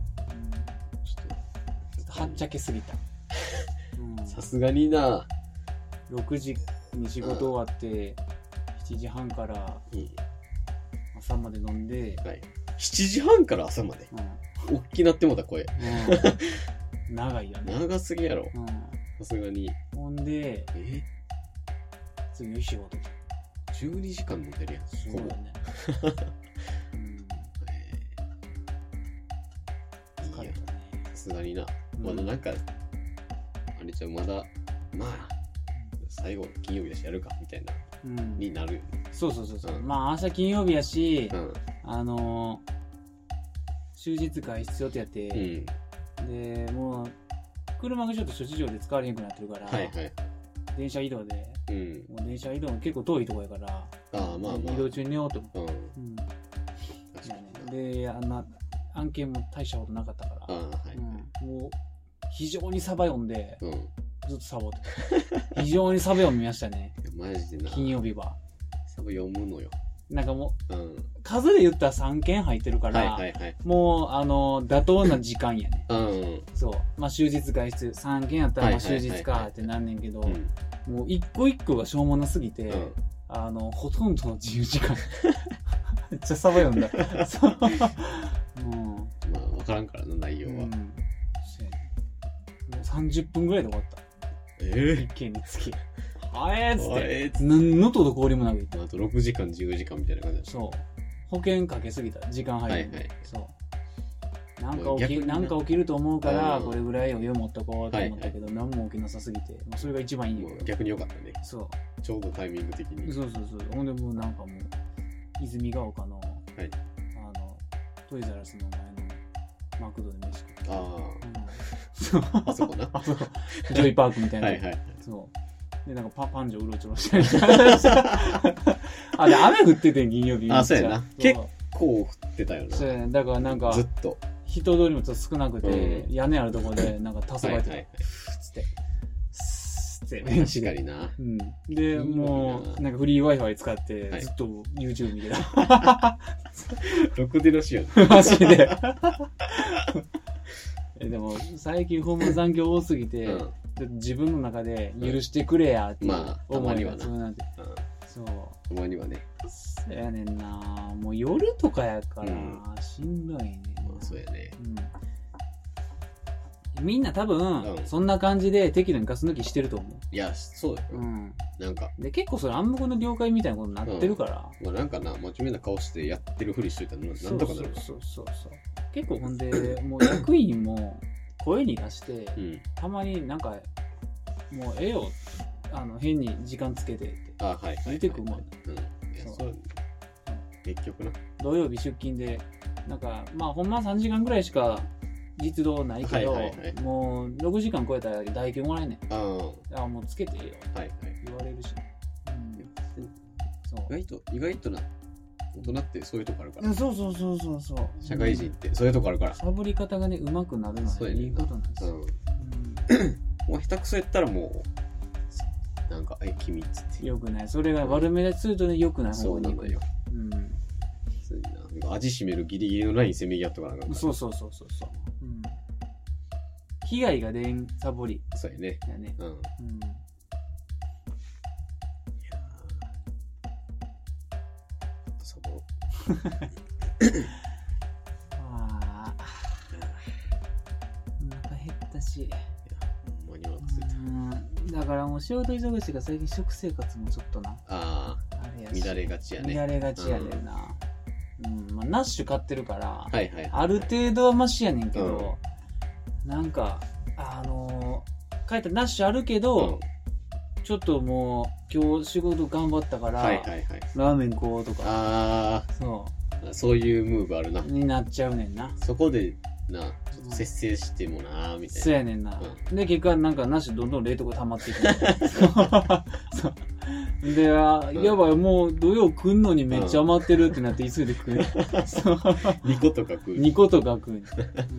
っとはっちゃけすぎたさすがになろくじに仕事終わってしちじはんから朝まで飲んで、 はい、しちじはんから朝まで、うん、おっきなってもた声、 うん、長いよね長すぎやろさすがにほんでえ次の仕事じゅうにじかん飲んでるやんすごいよね、うんえー、いいやさすがにな、うん、まだなんかあれじゃまだまあ最後金曜日だしやるかみたいな、うん、になるよねそうそうそうそう、うん、まあ朝金曜日やし、うん、あのー、終日外出予定やって、うん、でもう車がちょっと諸事情で使われへんくなってるから、はいはい、電車移動で、うん、もう電車移動も結構遠いとこやから、 あ、まあまあ、 移動中に寝ようと思って、うんうん、確かにであんな案件も大したことなかったから、あ、はいはい、うん、もう非常にサバ読んで、うん、ずっとサボって非常にサバ読みましたねマジでな金曜日はサバ読むのよなんかもう、うん、数で言ったらさんけん入ってるから、はいはいはい、もうあの妥当な時間やね、うん、そうまあ終日外出さんけんやったらまあ終日かってなんねんけど、もう一個一個がしょうもなすぎて、うん、あのほとんどの自由時間めっちゃサバ読んだそう、 うん、まあ分からんからな内容は、うん、もうさんじゅっぷんぐらいで終わったえー、 一件につきあえーっつって、何の滞りもなくいった。 あとろくじかんじゅうじかんみたいな感じだった。 そう保険かけすぎた時間配分、はいはい、そうなんか起きなんか起きると思うからこれぐらい余裕持っとこうと思ったけど、はいはい、何も起きなさすぎて、まあ、それが一番いいんだけど逆に良かったね。 そうちょうどタイミング的にそうそうそうほんでもうなんかもう泉ヶ丘の、はい、あのトイザらスの前のマクドで飯食ってあ、 うん、あそこなあそこジョイパークみたいなはい、はい、そうでなんか パ, パンジョうろちょろしてるあで雨降ってて金曜日あそうやな結構降ってたよなそうやねだからなんかずっと人通りもちょっと少なくて、うん、屋根あるところでなんか黄昏て、はいはい、つってスーってベンチで、 確かにな、 うん、でもうなんかフリー Wi-Fi 使ってずっと YouTube 見てた。 ろくでなしやん。 マジで。えでも最近ホーム残業多すぎて、うん、ちょっと自分の中で許してくれやっていう思いが強くなって、うん、そうたまにはね。 そうやねんな。もう夜とかやから、うん、しんどいね。 まあそうやね。 うん、みんな多分、うん、そんな感じで適度にガス抜きしてると思う。 いやそうだよ。うん。なんかで結構それ暗黙の了解みたいなことになってるから。 うん、まあなんかな真面目な顔してやってるふりしといたらなんとかなる。 そうそうそうそう。結構ほんでもう役員も声に出して、うん、たまになんかもうええよあの変に時間つけてって言ってくるもん。 そう結局な土曜日出勤でなんかまあほんまさんじかんぐらいしか実動ないけど、はいはいはい、もうろくじかん超えたら代金もらえんねん。ああもうつけていいよ、はいはい、言われるし、うん、 そう意外と意外とな大人ってそういうとこあるから。 そうそうそうそうそう。 社会人ってそういうとこあるから。 サボり方がね上手くなるのは、ね、いいことなんですよ。 うんうん、もう下手くそやったらもうなんかえ君っつってよくない。それが悪めでするとねよくない方に行くよ。うん。 そうな味しめるギリギリのラインせめぎ合っとかなか。 そうそうそうそうそう。うん。被害が出んサボり。 そうやね。 やね。うん。うんああお腹減ったし、いやほんまにお腹すいた。だからもう仕事忙しいが最近食生活もちょっとなああ乱れがちやね。 乱れがちやねんな。うん、うん、まあナッシュ買ってるから、はいはいはいはい、ある程度はマシやねんけど、うん、なんかあのー、書いたナッシュあるけど、うんちょっともう今日仕事頑張ったから、はいはいはい、ラーメン食おうとかあそうそういうムーブあるなになっちゃうねんな。 そこでなちょっと節制してもなみたいな。 そうやねんな、うん、で結果なんかなしどんどん冷凍庫溜まっていくそうであ、うん、やばいもう土曜来んのにめっちゃ余ってるってなって急いで食う、 うん、にことか食うにことか食う、うん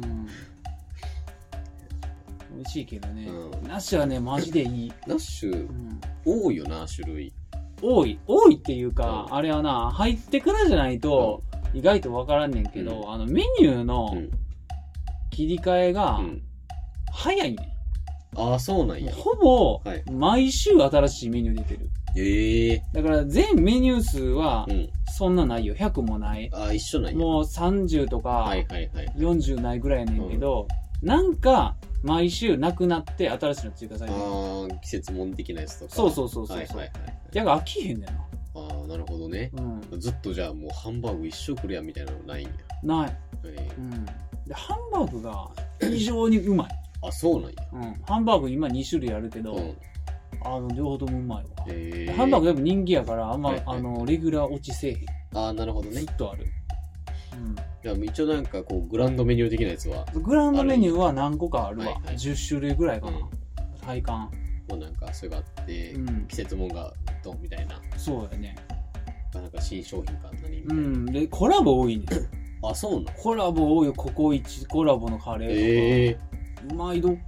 美味しいけどね、うん、ナッシュはねマジでいい。 ナッシュ、うん、多いよな種類。 多い多いっていうか、うん、あれはな入ってからじゃないと意外と分からんねんけど、うん、あのメニューの切り替えが早いねん、 うん、ああそうなんや。 ほぼ毎週新しいメニュー出てる。ええー、だから全メニュー数はそんなないよ。ひゃくもない。 ああ一緒なんや。 もうさんじゅうとかよんじゅうないぐらいやねんけど、うん、なんか毎週なくなって新しいの追加されてる。 ああ季節もん的なやつとか。 そうそうそうそう。はいはいはい。だから飽きへんねんな。 ああなるほどね、うん。ずっとじゃあもうハンバーグ一生来るやんみたいなのないんや。 ない。えー、うん。でハンバーグが非常にうまい。 あそうなんや。 うん。ハンバーグ今に種類あるけど、うん、あの両方ともうまいわ。えー、ハンバーグでも人気やからあんま、はいはい、あのレギュラー落ちせえへん。 ああなるほどね。 ずっとある。 うん、いや一応なんかこうグランドメニュー的なやつはグランドメニューは何個かあるわ、はいはい、じゅっしゅるいぐらいかな、うん、体感もうなんかそれがあって、うん、季節もんがドンみたいな。 そうやね。 なんか新商品か何みたいな。 うんでコラボ多いね。 あそうなの。 コラボ多いよ。ココイチコラボのカレーとか、えー、うまいど、うん、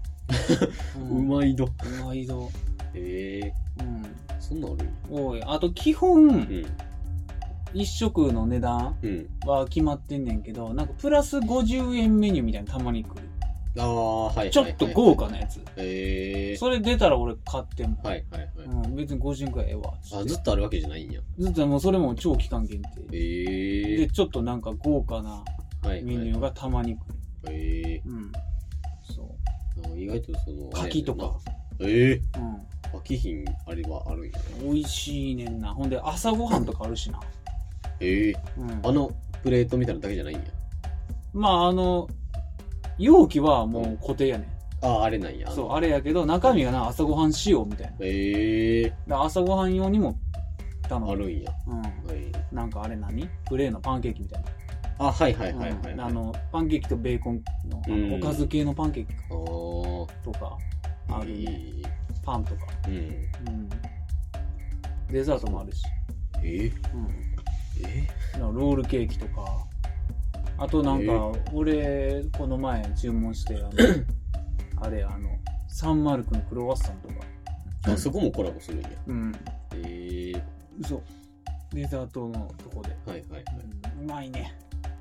うまいどうまいどええー、うんそんなある多い。あと基本、うん一食の値段は決まってんねんけど、うん、なんかプラスごじゅうえんメニューみたいなのたまに来る。 ああ、はいはいはい、はい。 ちょっと豪華なやつ。 へえー。 それ出たら俺買っても。 はいはいはい。 うん、別にごじゅうえんくらいええわ。 あ、ずっとあるわけじゃないんや。 ずっともうそれも超期間限定。 へえー。 で、ちょっとなんか豪華なメニューがたまに来る。へ、はいはい、えー。うん。そう。 あ意外とその。 柿とか。 ええー。うん。柿品あれはあるんや。 美味しいねんな。ほんで朝ごはんとかあるしな。 ええーうん、あのプレートみたいなだけじゃないんや。 まああの容器はもう固定やねん、 うん、あああれなんや。 そうあれやけど中身がな朝ごはん仕様みたいな。 ええー、 朝ごはん用にも頼む。 あるんや。 うん、えー、なんかあれ何プレーのパンケーキみたいな。 あはいはいはいはい、はいうん、 あのパンケーキとベーコン の, あのおかず系のパンケーキか、うん、とかあるね、えー、パンとか、うんうん、デザートもあるし。 えー、うんえロールケーキとかあとなんか俺この前注文してあのあれあのサンマルクのクロワッサンとかあそこもコラボするんや。 うんへえー、 嘘デザートのとこではいはいはい、 うん、うまいね。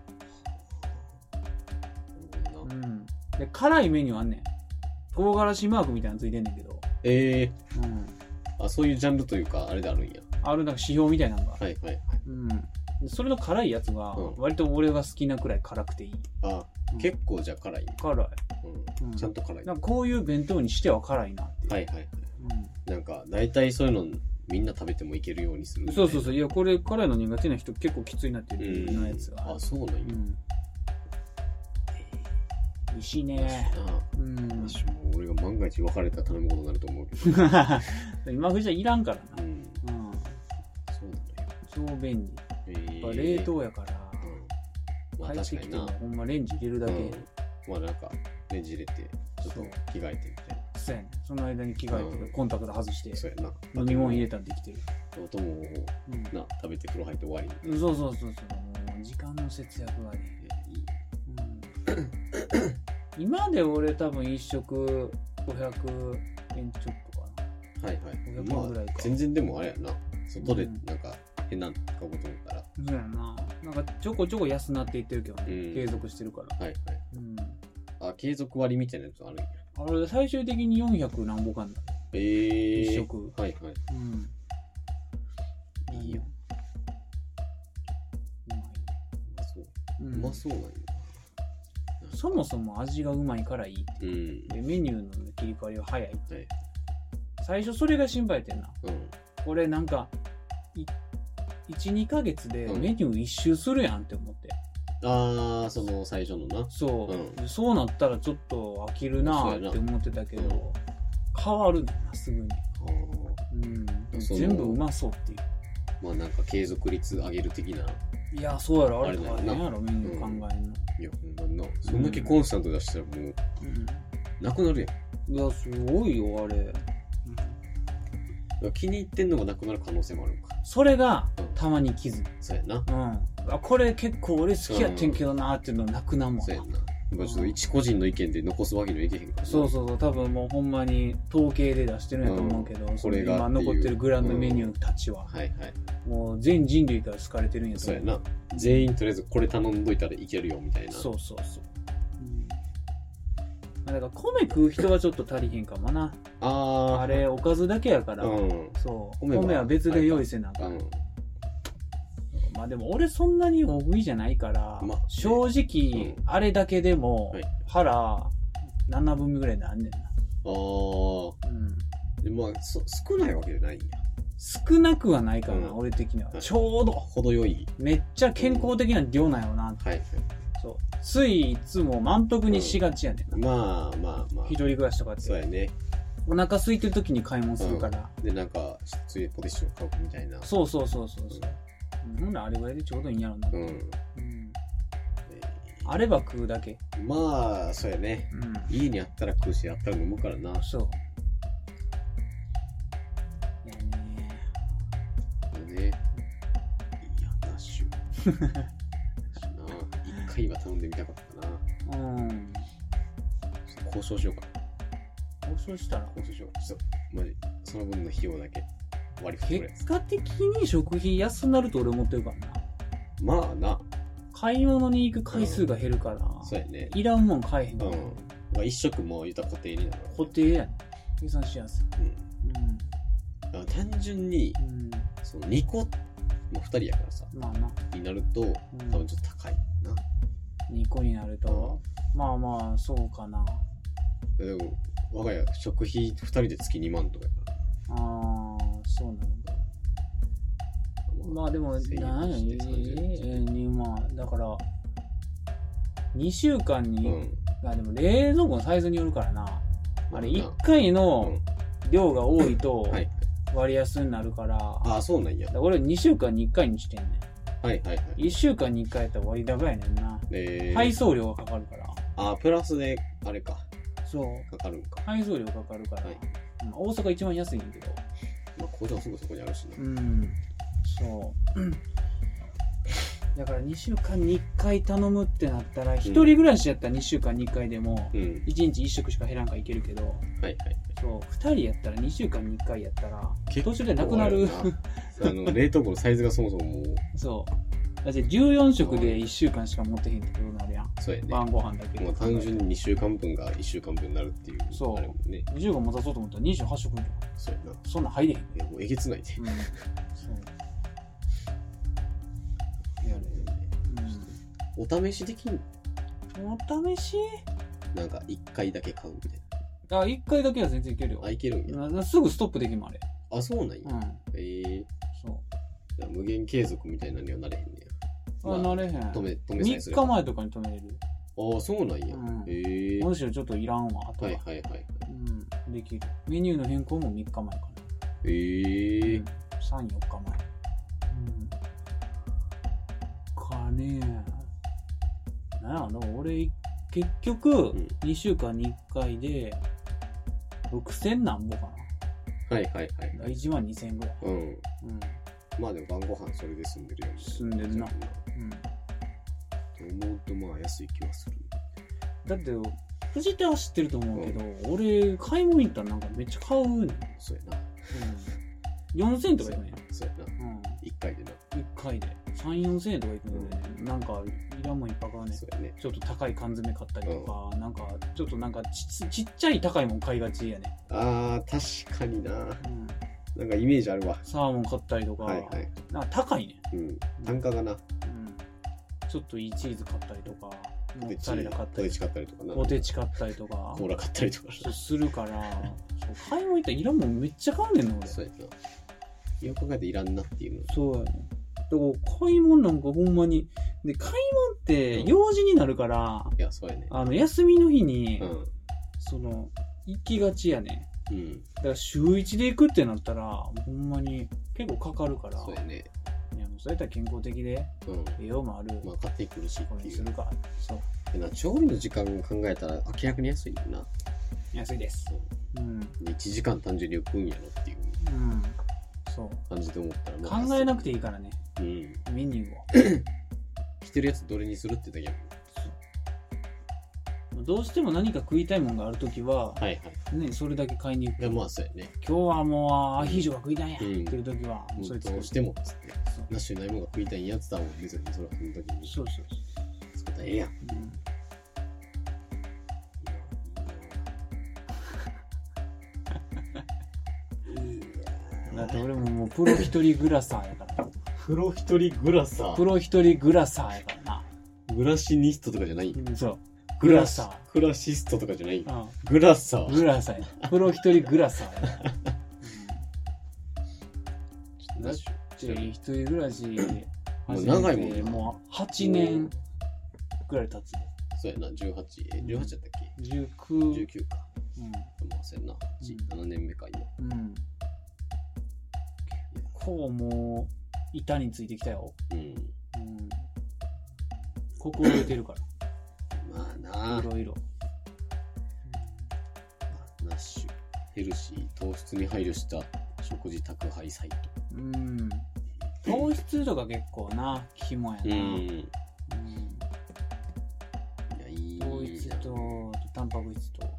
なるほどな。 うんで辛いメニューあんねん。唐辛子マークみたいなのついてんねんけどええー、 うん、 あそういうジャンルというかあれであるんや。 あるなんか指標みたいなのがはいはいはい、 うん、それの辛いやつがうん割と俺が好きなくらい辛くていい。 あ、うん、結構じゃあ辛い。 辛い、 うんうん、ちゃんと辛い。 なんかこういう弁当にしては辛いなっていう。 はいはいはい、 うん、 なんか大体そういうのみんな食べてもいけるようにする。 そうそうそう。いやこれ辛いの苦手な人結構きついなっていうようなやつが、 うん、あそうなんや、うん、 美味しいね。 うん、私も俺が万が一別れたら頼むことになると思うけど今ふじゃいらんからな、うんうん、 そうなんだよ。 超便利、えー、冷凍やから、うん、まあ、帰ってきてもほんまレンジ入れるだけ、うん、 まあなんかレンジ入れてちょっと着替えてみたいな。 そうやね。その間に着替えて、うん、コンタクト外してそうやな、 飲み物入れたらできてる。 音も、うん、な食べて風呂入って終わり、 うん、そうそうそうそう。もう時間の節約はね、えー、いい、うん今で俺多分一食ごひゃくえんちょっとかな。はいはい。ごひゃくえんぐらいか。 まあ、全然でもあれやな。外でなんか変な買うこと思ったら。 そうやな。なんかちょこちょこ安なっていってるけどね。うん、継続してるから。 はいはい。うん、あ、継続割みたいなやつあるんや。 あれ最終的によんひゃく何ぼかんだ。 えー。 一食。 はいはい。 うん。いいよ。 うまい。うまそう。うん、うまそうなんや。 そもそも味がうまいからいいって、うん、でメニューの切り替わりは早いって、はい、最初それが心配やってんな、うん、俺なんかいち、にかげつでメニュー一周するやんって思って、 うん、ああその最初のなそう、うん、そうなったらちょっと飽きるなって思ってたけど、うん、変わるねんなすぐに、うん、全部うまそうっていうまあなんか継続率上げる的な。 いやそうやろあれとかねやろメニュー考えんの、うん、 いやほんまなそんだけコンスタント出したらもう、うん、なくなるやん。いやすごいよあれ、 うん、気に入ってんのがなくなる可能性もあるのか。 それがたまに気づく、うん、 そうやな、 うん、あこれ結構俺好きやってんけどなーっていうのなくなもんな、 そうやな。ちょっと一個人の意見で残すわけにはいけへんから、ね、 そうそうそう多分もうほんまに統計で出してるんやと思うけど、うん、これが今残ってるグランドメニューたちは、うん、はいはいもう全人類から好かれてるんやと思う。 そうやな全員とりあえずこれ頼んどいたらいけるよみたいな。 そうそうそう、うん、だから米食う人はちょっと足りへんかもな。ああれおかずだけやから、うん、そう米 は, 米は別で用意せなあかん、うん、まあでも俺そんなに大食いじゃないから、まあね、正直、うん、あれだけでも腹ななぶんめぐらいなんねんな。ああ、 うん、でまあそ少ないわけじゃないんや。 少なくはないかな、うん、俺的には、はい、ちょうど程よいめっちゃ健康的な量なんやろなって、うん、はいはい、そうついいつも満腹にしがちやねんな、 うん、まあまあまあ一人暮らしとかってそうやねお腹空いてる時に買い物するから、 うん、でなんかついポテチを買うみたいな。 そうそうそうそうそう、うん、ほんならあれぐらいでちょうどいいんやろな、うんうん、あれば食うだけ。 まあそうやね、うん、家にあったら食うしあったら飲むからな。 そういやダッシュ一回は頼んでみたかったな。うん交渉しようかな。交渉したら交渉しよう。ちょっとマジその分の費用だけ割り振ってくれ。 結果的に食費安くなると俺思ってるからな。 まあな買い物に行く回数が減るから、うん、 そうやねいらんもん買えへんから、うんまあ、一食も言ったら固定になる。 固定やね計算しやすい。 うん、うん、単純に、うんそのにこもうふたりやからさ、まあなになると、うん、多分ちょっと高いな。 にこになると、うん、まあまあそうかな。 でも我が家食費ふたりで月にまんとかやから。ああそうなんだ。まあでも何やにまんだからにしゅうかんに、うん、あでも冷蔵庫のサイズによるからな。あれいっかいの量が多いと、うんはい割安になるから。 ああそうなんや。 俺にしゅうかんにいっかいにしてんねん。 はいはいはい。 いっしゅうかんにいっかいやったら割高やねんな。えー、配送料がかかるから。 ああプラスであれか。 そうかかるんか。 配送料かかるから。はい、まあ、大阪一番安いんだけど。 まあ工場すぐそこにあるしな。 うん。そう。 だからにしゅうかんにいっかい頼むってなったら、一人暮らしやったらにしゅうかんにいっかいでも、いちにちいっしょくしか減らんからいけるけど、 はいはい。 そう、ふたりやったらにしゅうかんにいっかいやったら、途中でなくなる。 あの、冷凍庫のサイズがそもそももう。 そう。だってじゅうよんしょくでいっしゅうかんしか持ってへんってことになるやん。 そうやね。 晩ご飯だけで。 もう単純ににしゅうかんぶんがいっしゅうかんぶんになるっていう。 そう。 あれもね。 にしゅうかん持たそうと思ったらにじゅうはちしょくじゃん。 そうやな。 そんなん入れへん。 いや、もうえげつないで。うん。そう。 やる。 お試しできんお試しなんかいっかいだけ買うみたいな。 あ、いっかいだけは全然いけるよ。 あ、いけるんや。 すぐストップできるもん、あれ。 あ、そうなんや。 うん。 へえ。 そう。 じゃ無限継続みたいなのにはなれへんねや。あ、まあ、なれへん。 止め、止めさえすれば。みっかまえとかに止めれる。 ああ、そうなんや。うん、へえ。 むしろちょっといらんわ、あとは。 はいはいはい。 うん。できる。メニューの変更もみっかまえかな。 へえ、うん。 さん、よっかまえ。うん。かねえ。なんやろ、俺、結局、にしゅうかんにいっかいで、ろくせんなんぼかな。はいはいはい。 いちまんにせんえんぐらい。うん。うん。 まあでも晩ご飯それで済んでるよね。 済んでるな。 うん。と思うとまあ安い気はする。 だって、藤田は知ってると思うけど、うん、俺、買い物行ったらなんかめっちゃ買うねん。 そうやな。 うん。よんせんえんとかいくねん。 そうやな。うん。いっかいでな。 いっかいで。さん、よんせんえんとかいくので、ね、うん、なんか、いらんもんいっぱい買うね。そうやね。ちょっと高い缶詰買ったりとか、うん、なんか、ちょっとなんかち、ちっちゃい高いもん買いがちやね。 あー、確かにな。うん。なんかイメージあるわ。 サーモン買ったりとか。はいはい。なんか高いね。 うん。単価がな。うん。 ちょっといいチーズ買ったりとか。モッツァレラ買ったり。ポテチ買ったりとかな。 ポテチ買ったりとか。 コーラ買ったりとか。 そうするから、そう買い物行ったらいらんもんめっちゃ買うねんの俺。 そうやな。よく考えていらんなっていうの。 そうやね。だから買い物なんかほんまに。で、買い物って用事になるから、 うん、いや、そうやね。 あの、休みの日に、うん、その、行きがちやね。うん。だから週一で行くってなったら、ほんまに結構かかるから。 そうやね。 いや、もうそうやったら健康的で、うん。栄養もある。 まあ、買ってくるしっていう。 するから。そう。 でな、調理の時間考えたら明らかに安いよな。 安いです。 うん。いちじかん単純に浮くんやろっていう。うん。そう感じで思ったら、 まあ、考えなくていいからね、うん、メニューを着てるやつどれにするってだけやもん。どうしても何か食いたいものがあるときは、 はいはいね、それだけ買いに行く。 いやまあそうやね。 今日はもうアヒージョが食いたいや、うん、っていうときは、 もうそれどうしてもっつってナッシュないものが食いたいやつだもん別にそれはその時にそうそうそう作ったらええやん、うんだって俺ももうプロ一人グラサーやからプロ一人グラサープロ一人グラサーやからな。 グラシニストとかじゃない、 うん、そうグラサーグラシストとかじゃない、うん、グラサーグラサーやプロ一人グラサーやから、うん、だって一人暮らしもう長いもんな。 もうはちねんぐらい経つ。 そうやな、じゅうはち、え、じゅうはちやったっけ ? じゅうきゅう。 じゅうきゅうか。うん。まあ、そうやな、はち、うん、ななねんめか今。うん。 こうもう、板についてきたよ。うん。うん。ここ植えてるから。 まあな。 いろいろ。 ナッシュ、ヘルシー、糖質に配慮した食事宅配サイト。 うん。糖質とか結構な、肝やな。うん。うん、いや、いいな。 糖質と、タンパク質と。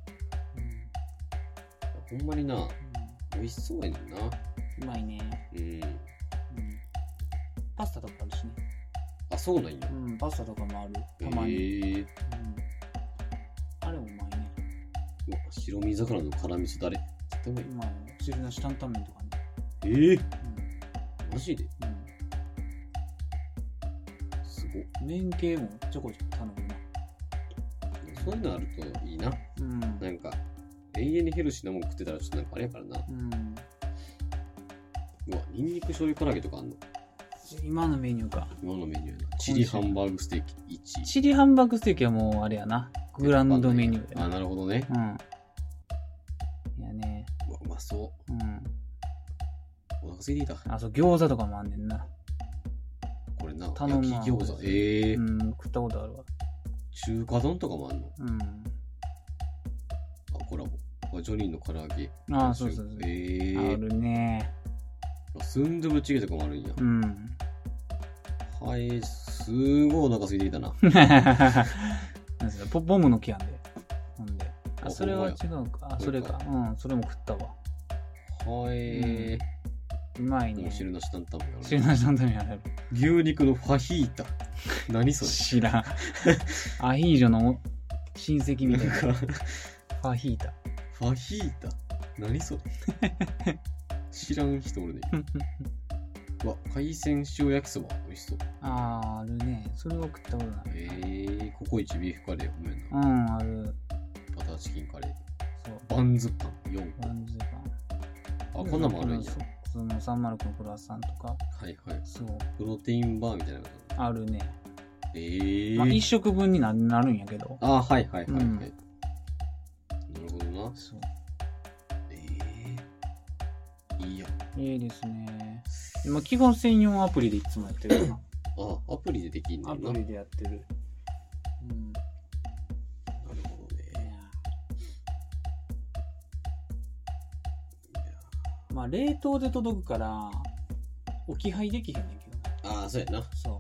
うん、ほんまにな、うん、美味しそうやねんな。 うまいね。うん。うん、パスタとかあるしね。 あ、そうなんや。 うん、パスタとかもある。たまに。へー、うん。あれもうまいね。 うわ、白身魚の辛味噌だれ。絶対うまい。 うまい。汁なし担々麺とかね。 えー、うん、マジで、うん、すご。 麺系もちょこちょこ頼むな。 そういうのあるといいな。うん。なんか、永遠にヘルシーなもん食ってたらちょっとなんかあれやからな。うん。うわ、ニンニク醤油唐揚げとかあんの？ 今のメニューか。 今のメニューやな。チリハンバーグステーキいち。 チリハンバーグステーキはもうあれやな。グランドメニューやな。あ、なるほどね。 うん。いやね。 うわ、うまそう。うん。お腹空いていた。 あ、そう、餃子とかもあんねんな。 これな、頼むな。焼き餃子。ええー。 うん、食ったことあるわ。 中華丼とかもあんの？うん。あ、コラボ。ジョニーの唐揚げ。 ああ、そうそうそう。 ええー。 あるね。 スンドゥブチゲとかもあるんや。うん。 はい、すごいお腹空いてきたな。 なんすか、ポボムの木やんで。ほんで。あ、それは違うか。あ、それか。うん、それも食ったわ。 はい、 うまいね。 汁なし担々麺。 汁なし担々麺やる。 牛肉のファヒータ。何それ。 知らん。アヒージョの親戚みたいな。ファヒータ。 ファヒータ何それ。知らん人おるね。うわ、海鮮塩焼きそば美味しそう。 あー、あるね。それは食ったことない。 えー、ココイチビーフカレーごめんな。うん、ある。 バターチキンカレー。 そう。 バンズパンよんこ。 バンズパン。 あ、こんなんもあるんや。 そのさんまるきゅうのクロワッサンとか。 はいはい。 そう。 プロテインバーみたいなのあるね。 えー。 まあ、一食分になるんやけど。 あ、はいはいはいはい。うん、なるほどな。 そう。 えー。いいや。 いいですね。今、基本専用アプリでいつもやってるかな。 あ、アプリでできんねんな。 アプリでやってる。うん。 なるほどね。 まあ、冷凍で届くから、置き配できへんねんけどな。ああ、そうやな。 そう。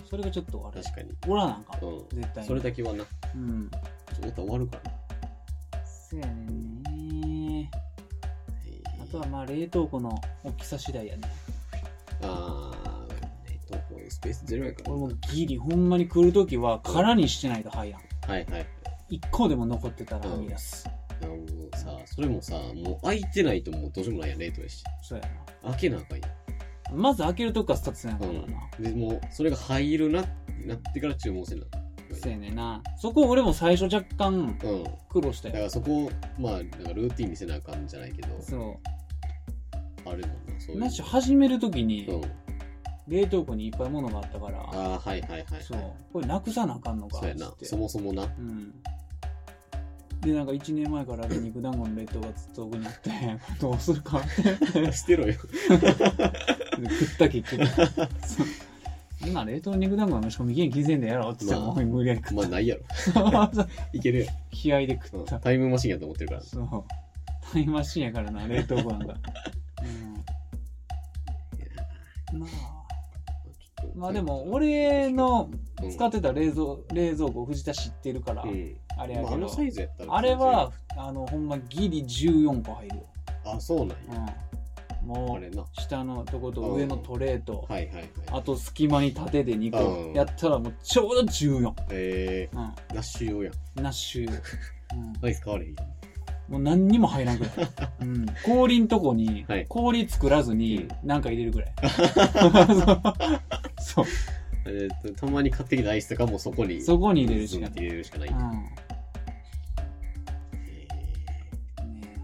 それがちょっとあれ。 確かに。 おらなんか。 うん。 絶対に。 それだけはな。 うん。 ちょっと終わるからな。 そうやねんね。あとはまあ、冷凍庫の大きさ次第やね。 ああ、冷凍庫スペースゼロやから。 俺もギリ、ほんまに来るときは空にしてないと入らん。 はいはい。 一個でも残ってたらはみ出す。 いやもうさ、それもさ、もう開いてないともうどうしようもないやん、冷凍やし。 そうやな。開けなあかんやん。まず開けるとこからスタートせなあかんからな。 うん、で、もう、それが入るなってなってから注文せな。 そうやねんな。そこ俺も最初若干苦労したよ。 だからそこ、まあ、なんかルーティン見せなあかんじゃないけど。 そう。 あるもんな、そういう。 なし始めるときに、 うん、 冷凍庫にいっぱい物があったから。 ああ、はいはいはい、はい。 そう。これなくさなあかんのか。 そうやな。そもそもな。 うん。で、なんかいちねんまえから肉団子の冷凍がずっと奥にあって、どうするかって。 捨てろよ。 食った結局。今冷凍肉団子の賞味期限気づいんだやろって言っても、まあ、無理やり食った。 まあないやろ。いけるよ。 気合で食った、 うん。タイムマシンやと思ってるから。 そう。タイムマシンやからな、冷凍庫なんか。うん、まあ。まあでも、俺の使ってた冷蔵、うん、冷蔵庫、藤田知ってるから、うん、あれやけど、まあ、 あのサイズやったらあれは、あの、ほんまギリじゅうよんこ入るよ。 あ、そうなんや。 うん、もう、下のとこと上のトレーと、 はいはいはい、 あと隙間に縦でにこやったらもうちょうどじゅうよん。 へえー、うん、ナッシュ用やん。 ナッシュ用。 うん、アイス買われへん。 もう何にも入らんくらい。うん、氷んとこに、はい、氷作らずに何か入れるぐらい。そう。 えー、とたまに買ってきたアイスとかもそこに。 そこに入れるしかない。 入れるしかない。うん、えー、ね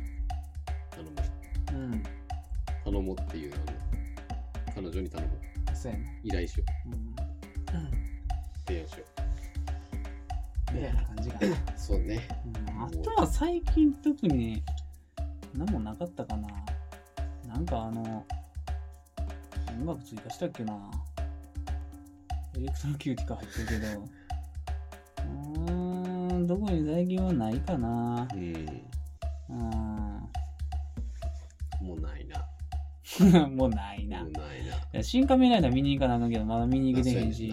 頼む。うん。頼もうっていう、あの、彼女に頼もう。 そうやね。 依頼しよう。うん。提案しよう。 みたいな感じかな。 そうね。 うん、あとは最近特に何もなかったかな。なんかあの、うまく追加したっけな。エレクトロキューティカ入ってるけど、うーん、どこに最近はないかな。うん。うん。 もうないな。 もうないな。 もうないな。 新仮面ライダー見に行かなあかんけど、まだ見に行けてへんし。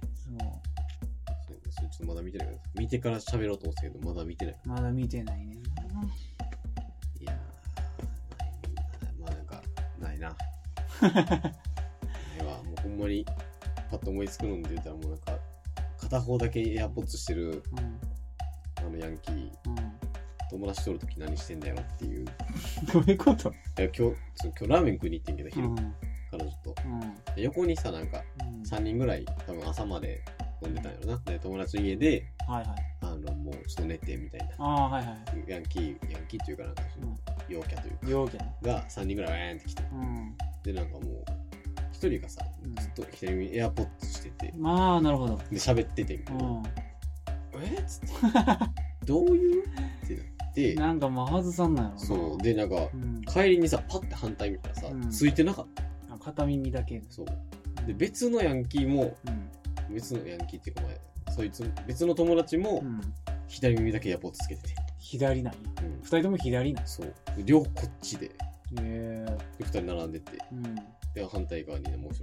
ちょっとまだ見てないけど、見てから喋ろうと思ってたけど、まだ見てない。 まだ見てないねんな。 いやー、まあなんか、ないな。ないわ、もうほんまに、パッと思いつくので言ったらもうなんか、片方だけエアポッツしてる、うん、あのヤンキー、うん、友達とるとき何してんだよっていう。 どういうこと？ いや今日、今日ラーメン食いに行ってんけど、昼、うん、彼女と、うん。横にさ、なんか、さんにんぐらい、多分朝まで、飲んでたんやろな。で、友達の家で、 はいはい、 あの、もうちょっと寝てみたいな。 ああ、はいはい。 ヤンキー、ヤンキーっていうかなんか、その、陽キャというか、 陽キャがさんにんぐらいわーんって来て、うん、で、なんかもう、一人がさ、ずっと左耳エアポッツしてて、 まあ、あ、なるほど。 で、喋っててんけど、うん、えっつって、どういうってなって、 なんかもう外さんないの。 そう。で、なんか、うん、帰りにさ、パッて反対見たらさ、うん、ついてなかった。 あ、片耳だけ。 そう。で、別のヤンキーも、うん別のヤンキーっていうか前、そいつ、別の友達も、左耳だけエアポッツつけてて。 左なんや。うん、二人とも左なん。 そう。両方こっちで。 へぇー。 で、二人並んでて。うん、で、反対側にね、もう一人ってみたい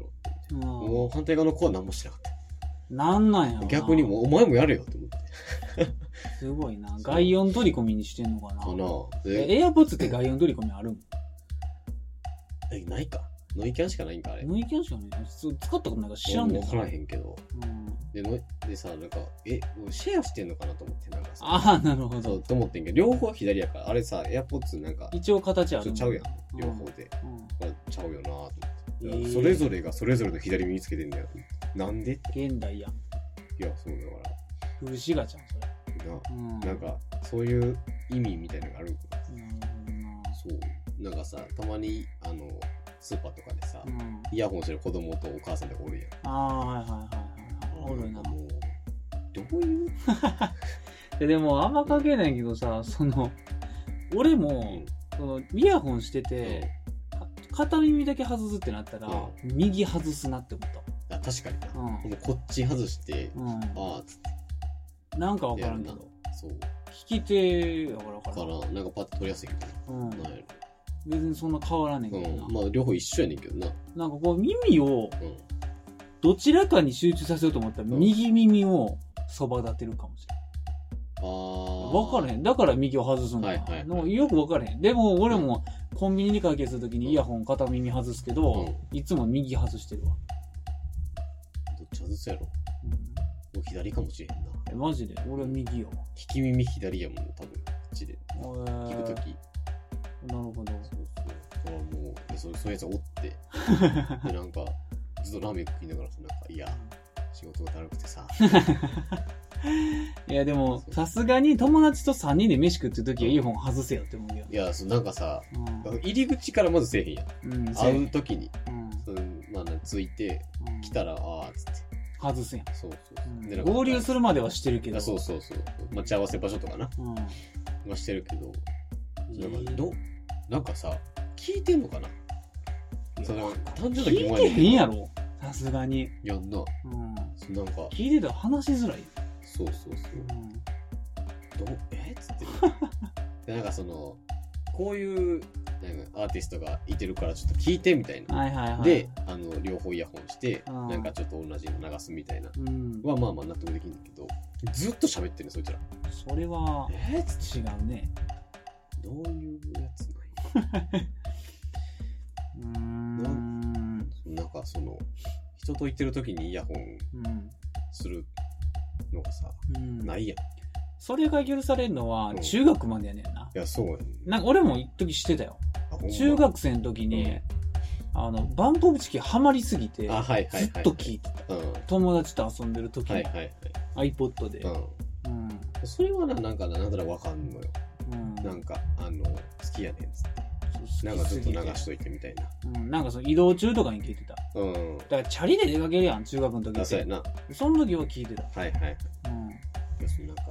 て、うん、もう反対側の子は何もしなかった。 なんなんやろな。 逆にもうお前もやれよって思って。 すごいな。外音取り込みにしてんのかな。 かな。 エアポッツって外音取り込みあるん？ え、ないか。ノイキャンしかないんか、あれ。 ノイキャンしかない。使ったことないから知らんねん。 分からへんけど。うん、での、でさ、なんか、え、シェアしてんのかなと思って、なんかさ。 ああ、なるほど。 そう、と思ってんけど、両方左やから、あれさ、エアポッツなんか。 一応形ある。 ちゃうやん。両方で。うん、これちゃうよなと思って。えー、それぞれがそれぞれの左耳つけてんだよ。なんで？ 現代やん。 いや、そうだから。 古しがちゃん、それ。 な、うん、なんか、そういう意味みたいなのがあるんかな。そう。なんかさ、たまに、あの、スーパーとかでさ、うん、イヤホンしてる子供とお母さんでおるやん。 ああ、はいはいはいはい。おるな。もう、 どういうで, でも、あんま関係ないけどさ、その、俺も、うん、そのイヤホンしてて、うん、片耳だけ外すってなったら、うん、右外すなって思った。 あ、確かにな。うん、こっち外して、うん、ああ、つって。 なんかわからんけど。 そう。 引き手やからかな。 から、なんかパッと取りやすいみたいな。うん。なんやろ。 別にそんな変わらんねんけどな。 うん、まあ両方一緒やねんけどな。 なんかこう耳をどちらかに集中させようと思ったら、右耳をそば立てるかもしれない。ああ。分からへん。だから右を外すんだ。はいはいはい、よく分からへん。でも俺もコンビニに会計するときにイヤホン片耳外すけど、うん、いつも右外してるわ。 どっち外すやろ、うん、もう左かもしれへんな。 え、マジで俺は右よ。 利き耳左やもん、多分。こっちで。聞くとき。 なるほど。そうそう。それはもう、そういうやつおって、で、なんか、ずっとラーメン食いながらさ、なんか、いや、仕事がだるくてさ。 いや、でも、さすがに友達とさんにんで飯食ってるときはイヤホン外せよって思うよ。 いや、そうなんかさ、うん、入り口からまずせえへんやん。うん、会うときに、うん、そのまあ、ついて、うん、来たら、あーっつって。 外すやん。 そうそうそう、 うんで。合流するまではしてるけど。 そうそうそう。待ち合わせ場所とかな。うん。はしてるけど、なんかど、なんかさ、聞いてんのかな。それ単純な疑問やねんけど。聞いてへんやろ。さすがに。 やんな。うん。なんか。 聞いてたら話しづらい。 そうそうそう。うん、どう、えっつってる。で、なんかその、こういう、なんかアーティストがいてるからちょっと聞いてみたいな。はいはいはい。で、あの、両方イヤホンして、なんかちょっと同じの流すみたいな。うん。はまあまあ納得できるんだけど、ずっと喋ってるね、そいつら。 それは、 えー、 違うね。 どういうやつなんや。うーん。なんかその、人と言ってる時にイヤホンするのがさ、うん、ないやん。 それが許されるのは中学までやねんな。 いや、そうやねん。 なんか俺も一時してたよ。中学生の時に、うん、あの、バンプオブチキンハマりすぎて、 はいはいはい、 ずっと聞いてた。うん、友達と遊んでる時に、はいはいはい、iPod で、うんうん。それはな、なんかな、なんとなくわかんのよ。うん、なんか、あの、好きやねんっつって。なんかずっと流しといてみたいな。 うん、なんかその移動中とかに聞いてた。うん。だからチャリで出かけるやん、中学の時って。 あ、そうやな。 その時は聞いてた。 はいはい。うん。要するになんか、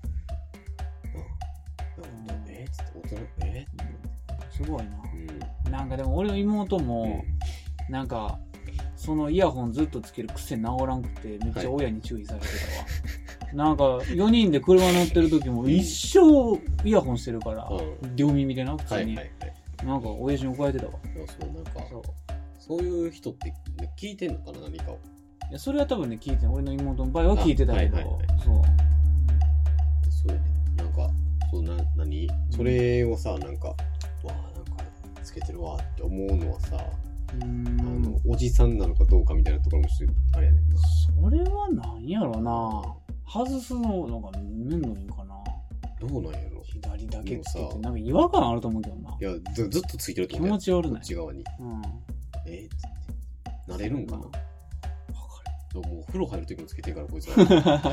うん。えっつって、大人、えすごいな。うん。なんかでも俺の妹も、うん、なんか、そのイヤホンずっとつける癖治らんくて、めっちゃ親に注意されてたわ。はい、なんか、よにんで車乗ってる時も一生イヤホンしてるから、うん、両耳でな、普通に。はいはいはい、なんか、親父に怒られてたわ。 そう、なんか、そう、そういう人って聞いてんのかな、何かを。 いや、それは多分ね、聞いてん。俺の妹の場合は聞いてたけど、はいはいはい、そう。 そうやね。なんか、そうな、何、うん、それをさ、なんか、わあ、なんか、つけてるわって思うのはさ、うん、あの、おじさんなのかどうかみたいなところもあれやねんな。 それは何やろな。外すののが面倒いんかな。 どうなんやろ。 左だけつけて、なんか違和感あると思うけどな。 いや、ず, ずっとついてると思う。気持ち悪ない。 こっち側に。うん。えー、つって。慣れるんかな。わかる。もう風呂入るときもつけてるから、こいつは。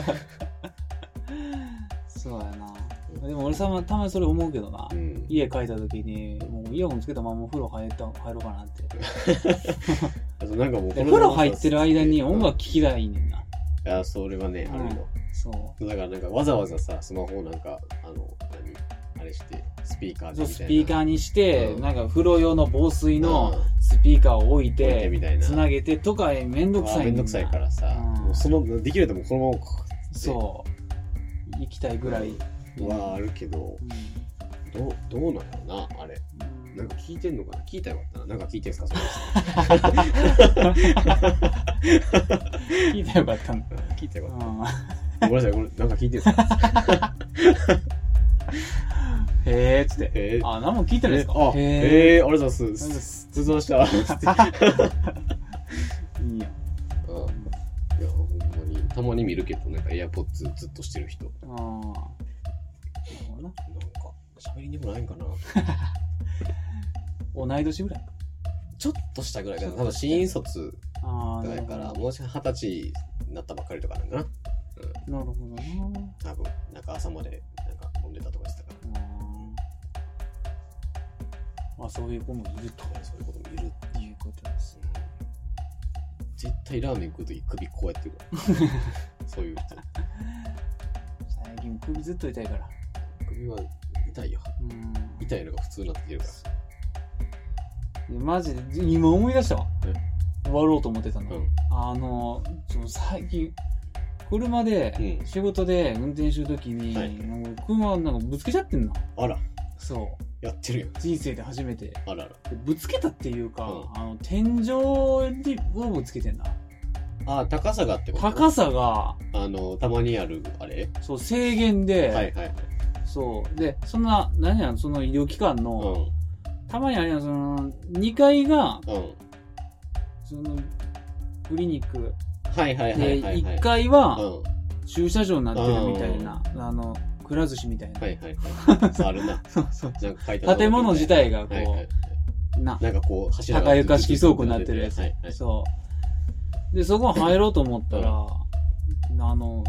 そうやな。でも俺さ、たまにそれ思うけどな、うん、家帰った時にもうイヤホンつけたまま風呂入った入ろうかなってなんかもう風呂入ってる間に音楽聴きたいねんな。 いや、それはね、あるの。そうだからなんかわざわざさ、スマホをなんかあの何あれしてスピーカーでみたいな、 スピーカーにして、うん、なんか風呂用の防水のスピーカーを置いてつなげてとかめんどくさいめんどくさいからさ、うん、もうそのできるともこのままそう行きたいぐらい、 うんはあるけど、うん、どうどうなんやろなあれ、 うなんか聞いてんのかな、聞いたらよかったな。なんか聞いてんすかそれ聞いたらよかったんだ。 聞いたらよかった。ごめんなさい、これなんか聞いてんすかへーっつって。 へー。 あ、何も聞いてないですか。 あ、へー、ありがとうございます。通常した。いいや。 うん。いや、 ほんまに。たまに見るけど、なんかエアポッツずっとしてる人。ああ。なるほどな。なんか、喋りにもないんかな。 同い年ぐらいちょっとしたぐらいかな。多分新卒ぐらいから、もうちょい二十歳になったばっかりとかなんかな。 うん、なるほどな。 多分、なんか朝までなんか飲んでたとかしてたから。 ああ、そういう子もいると。 そういう子もいるっていうことです。 うん、絶対ラーメン食うとき首こうやってるから。そういう人。 最近首ずっと痛いから。 首は痛いよ。うん、痛いのが普通になってきてるから。 いやマジで今思い出したわ。終わろうと思ってたの。うん、あのその最近車で、うん、仕事で運転してるときに、はい、なんか車なんかぶつけちゃってんの。 あら。 そう。 やってるよ。 人生で初めて。 あらら。 ぶつけたっていうか、うん、あの天井をぶつけてんだ。 ああ、高さがってこと？ 高さがあのたまにあるあれ？ そう、制限で。 はいはい。 そうで、そんな何やその医療機関の、うん、たまにあれやそのにかいが、うん、そのクリニックはいはいはいはい、はい、 でいっかいは、うん、駐車場になってるみたいな、うん、あのくら寿司みたいな。 はいはいはい。あるな。 そうそう。建物自体がこう、はいはいはい、 ななんかこう柱が高床式倉庫になってるやつ。はいはい、そう。でそこ入ろうと思ったら、うん、あの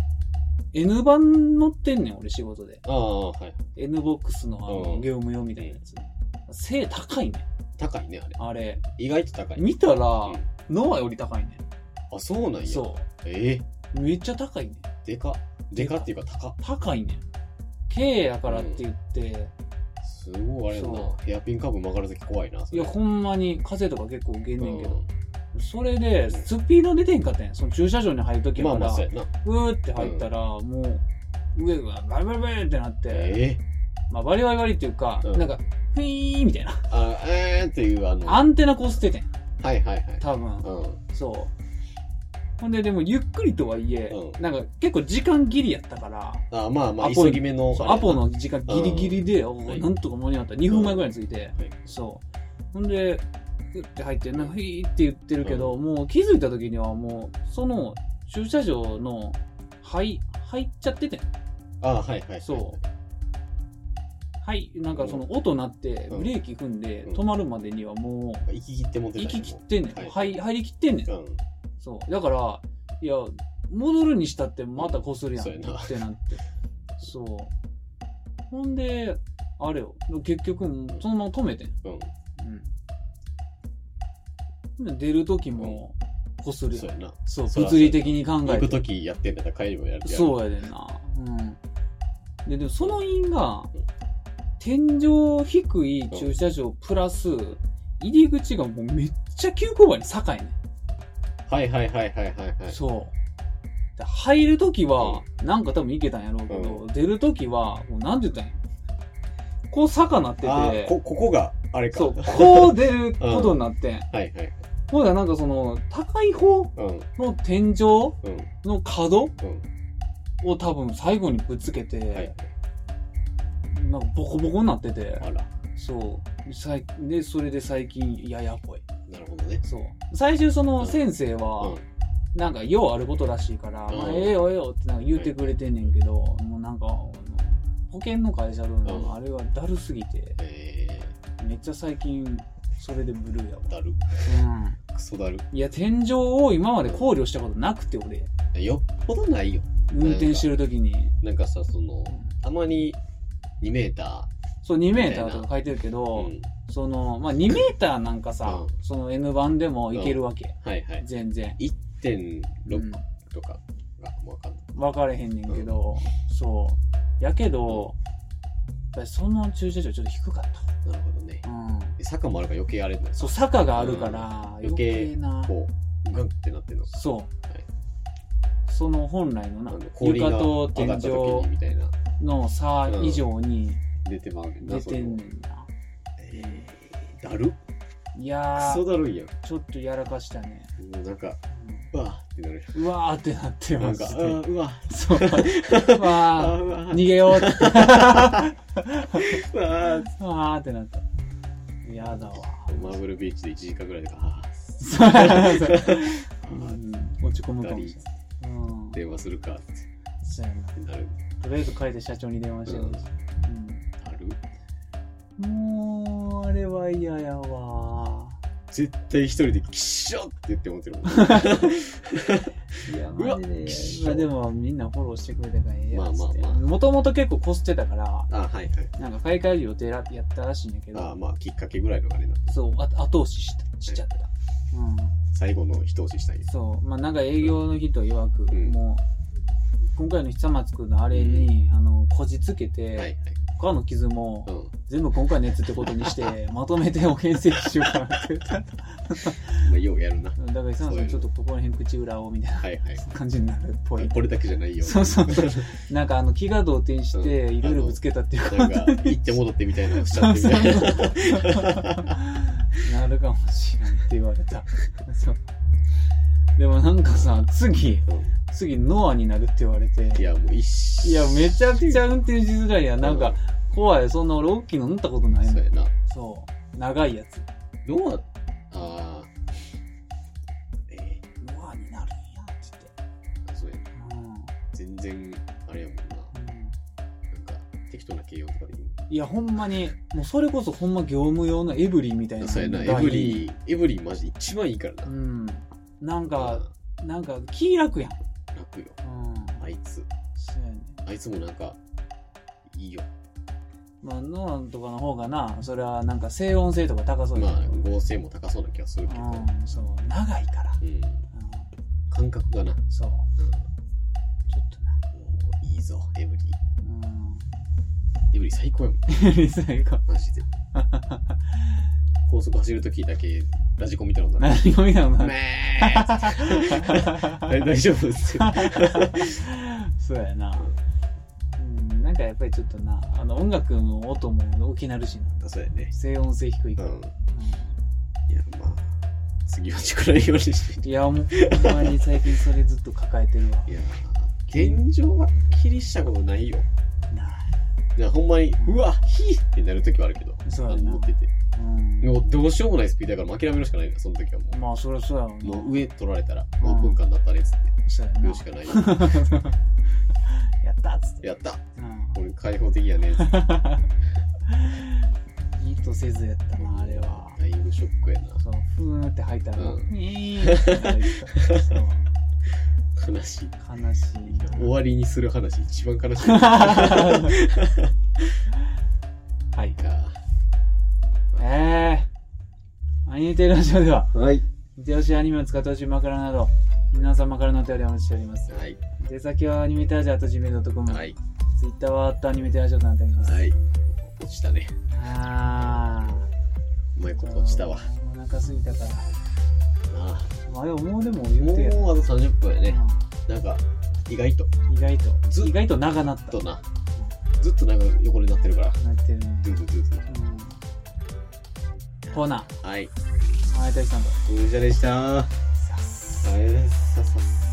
N 版乗ってんねん俺仕事で。 ああはい。 N ボックスのあの業務用みたいなやつ。背高いね。 高いねあれ。 あれ。 意外と高い。 見たら、うん、ノアより高いね。 あそうなんや。 そう。 ええー、めっちゃ高いね。 でか。でかっていうか高。 高いね。K やからって言って、うん、 すごいあれだな。ヘアピンカーブ曲がるとき怖いな。 いやほんまに風とか結構受けんねんけど、うん、それでスピード出てんかったんや。その駐車場に入るときやから、まあまあそうやな。うーって入ったら、うん、もう上がバリバリバリってなって、えー、まあバリバリバリっていうか、うん、なんかフィーンみたいな。 あえーっていうあのアンテナこすっててん。 はいはいはい。 多分、うん、そう。ほんで、でも、ゆっくりとはいえ、うん、なんか、結構時間ギリやったから、 あまあまあ、急ぎ目の。 アポの時間ギリギリで、うん、なんとか間に合った。にふんまえぐらいに着いて、うん、そう。ほんで、ふって入って、なんか、ヒーって言ってるけど、うん、もう気づいた時にはもう、その、駐車場の、入、入っちゃっててん。 ああ、はいはい。 そう。はい、なんかその音鳴って、ブレーキ踏んで、止まるまでにはもう、 行き切っても行き切ってんねん。はい、入り切ってんねん。そう。だから、いや、戻るにしたってまたこするやんってなって。そう。ほんで、あれよ。結局、そのまま止めてん。うん。うん。出るときもこするやん。そうやな。そう。物理的に考えて。 行くときやってんだったら帰りもやるやん。 そうやでんな。うん。で、でもその因が、天井低い駐車場プラス、入り口がもうめっちゃ急勾配に坂やねん。 はいはいはいはいはい、はい。 そう。入るときは、なんか多分行けたんやろうけど、うん、出るときは、もうなんて言ったんや。こう坂なってて。あこ、ここが、あれか。 そう、こう出ることになってん。うん、 はいはい。 ほんだらなんかその、高い方の天井の角を多分最後にぶつけて、はい、なんかボコボコになってて。 あら。 そう。で、それで最近、ややっぽい。 なるほどね。 そう。最終その先生は、なんか用あることらしいから、うん、まあ、ええよええよってなんか言ってくれてんねんけど、はい、もうなんか、保険の会社のあれはだるすぎて、うん、めっちゃ最近、それでブルーやわ。 だる。うん。クソだる。 いや、天井を今まで考慮したことなくて、俺。 よっぽどないよ。 運転してるときに。 なんかさ、その、たまににメーター。 そう、にメーターとか書いてるけど、うん、その、まあ、にメーターなんかさ、うん、その N 版でもいけるわけ。 うん、はいはい。 全然。 いってんろく とかがわかんない。 わかれへんねんけど、うん、そう。やけど、やっぱりその駐車場ちょっと低かった。 なるほどね。うん。坂もあるから余計あれだよ。 そう、坂があるから、余計な。 こう、ガンってなってるのか。 そう。はい。その本来のな、床と天井の差以上に、 出てまうねんな。出てんねんな。 えだるいやクソだるいやん。 ちょっとやらかしたね。 もうなんか、うわーってなる。 うわーってなってなんか、 ましうわて。 うわそう。うわー、 うわ逃げようって。 うわうわーってなった。やだわ。 マーブルビーチでいちじかんぐらいで、あそううん、落ち込むかもしれない。うん、 電話するかって。 そうやな。 ってなる。 とりあえず帰って社長に電話してるし。 あるもう、あれは嫌やわ。 絶対一人でキッショって言って思ってるもん。 いや、マジで。まあでもみんなフォローしてくれたからええやつって。 まあまあまあ。 もともと結構こすってたから、 あ、はいはい。 なんか買い替える予定やったらしいんやけど。 あまあきっかけぐらいのがねなって。 そう、あ後押しししちゃった。はい、うん。 最後の一押ししたい。 そう。まあなんか営業の人曰く、うん、もう、今回の久松くんのあれに、うん、あの、こじつけて、はいはい、他の傷も、うん、全部今回のやつってことにして、まとめてお返請しようかなって言った。まあ、ようやるな。 だから久松さんちょっとここら辺口裏をみたいな、はいはい、感じになるっぽい。 これだけじゃないよ。 そうそうそう。なんかあの、気が動転して、いろいろぶつけたっていうか、 なんか、行って戻ってみたいなのしちゃってみたいな。 なるかもしれないって言われた。そう。でもなんかさ、次、うん次ノアになるって言われて。 いや、もう一瞬。 いや、めちゃくちゃ運転しづらいやん。なんか、怖い。そんな俺大きいの乗ったことないもん。 そうやな。 そう。長いやつ。 ノア、ああ。 えー、ノアになるんや、つって。 あ、そうやな。うん。全然、あれやもんな。うん。なんか、適当な形容とかでいい。 いや、ほんまに、もうそれこそほんま業務用のエブリーみたいな。 そうやな、エブリー、エブリーマジで一番いいからな。 うん。なんか、なんか、気楽やん。 楽よ、うん、あいつそうやねあいつもなんかいいよ。 まあノアとかの方がなそれはなんか静音性とか高そうやまあ合成も高そうな気がするけど、うん、 そう長いから、うんうん、 感覚がなそう、うん、ちょっとなもういいぞエブリー、うん、エブリー最高やもんエブリー最高マジで高速走るときだけラジコン見たのかな。 ラジコン見たのかな。 大丈夫ですよ。 そうやな、うん。なんかやっぱりちょっとな、あの音楽の音も大きなるしな。 そうやね。 静音性低いから。うんうん、いやまあ次は力ないようにして。 いやもうほんまに最近それずっと抱えてるわ。 いや現状は気にしたことないよ。ない。いやほんまにうわヒーってなるときはあるけど。 そうやな。 持ってて。うん、もうどうしようもないスピードだから諦めるしかないなその時はもうまあそりゃそうやろなもう上取られたらオープンカーになったねっつってそうやな言うしかないやったっつってやった、うん、これ開放的やねっつって意図せずやったなあれはだいぶショックやなそうふーって入ったらもう、うん、 悲しい悲しい終わりにする話一番悲しいはいえー、アニメテラジオでは、 はい。 見てほしいアニメを使ってほしい枕など、皆様からのお便りをお待ちしております。はい。手先はアニメテラジオ アットジーメールドットコム。はい。ツイッターはアットアニメテラジオとなっております。 はい。落ちたね。 あー。うまいこと落ちたわ。 お腹すいたから。ああ。 まあでももうでも言うてや。 もうあとさんじゅっぷんやね。うん、なんか、意外と。 意外と。意外と長なった。 ずっとな。ずっとなんか横になってるから。 なってるね。 ドゥドゥドゥドゥ。うんコーナー。はい。 はい、大地さんと。 うーじゃでしたー。ありがとうございます。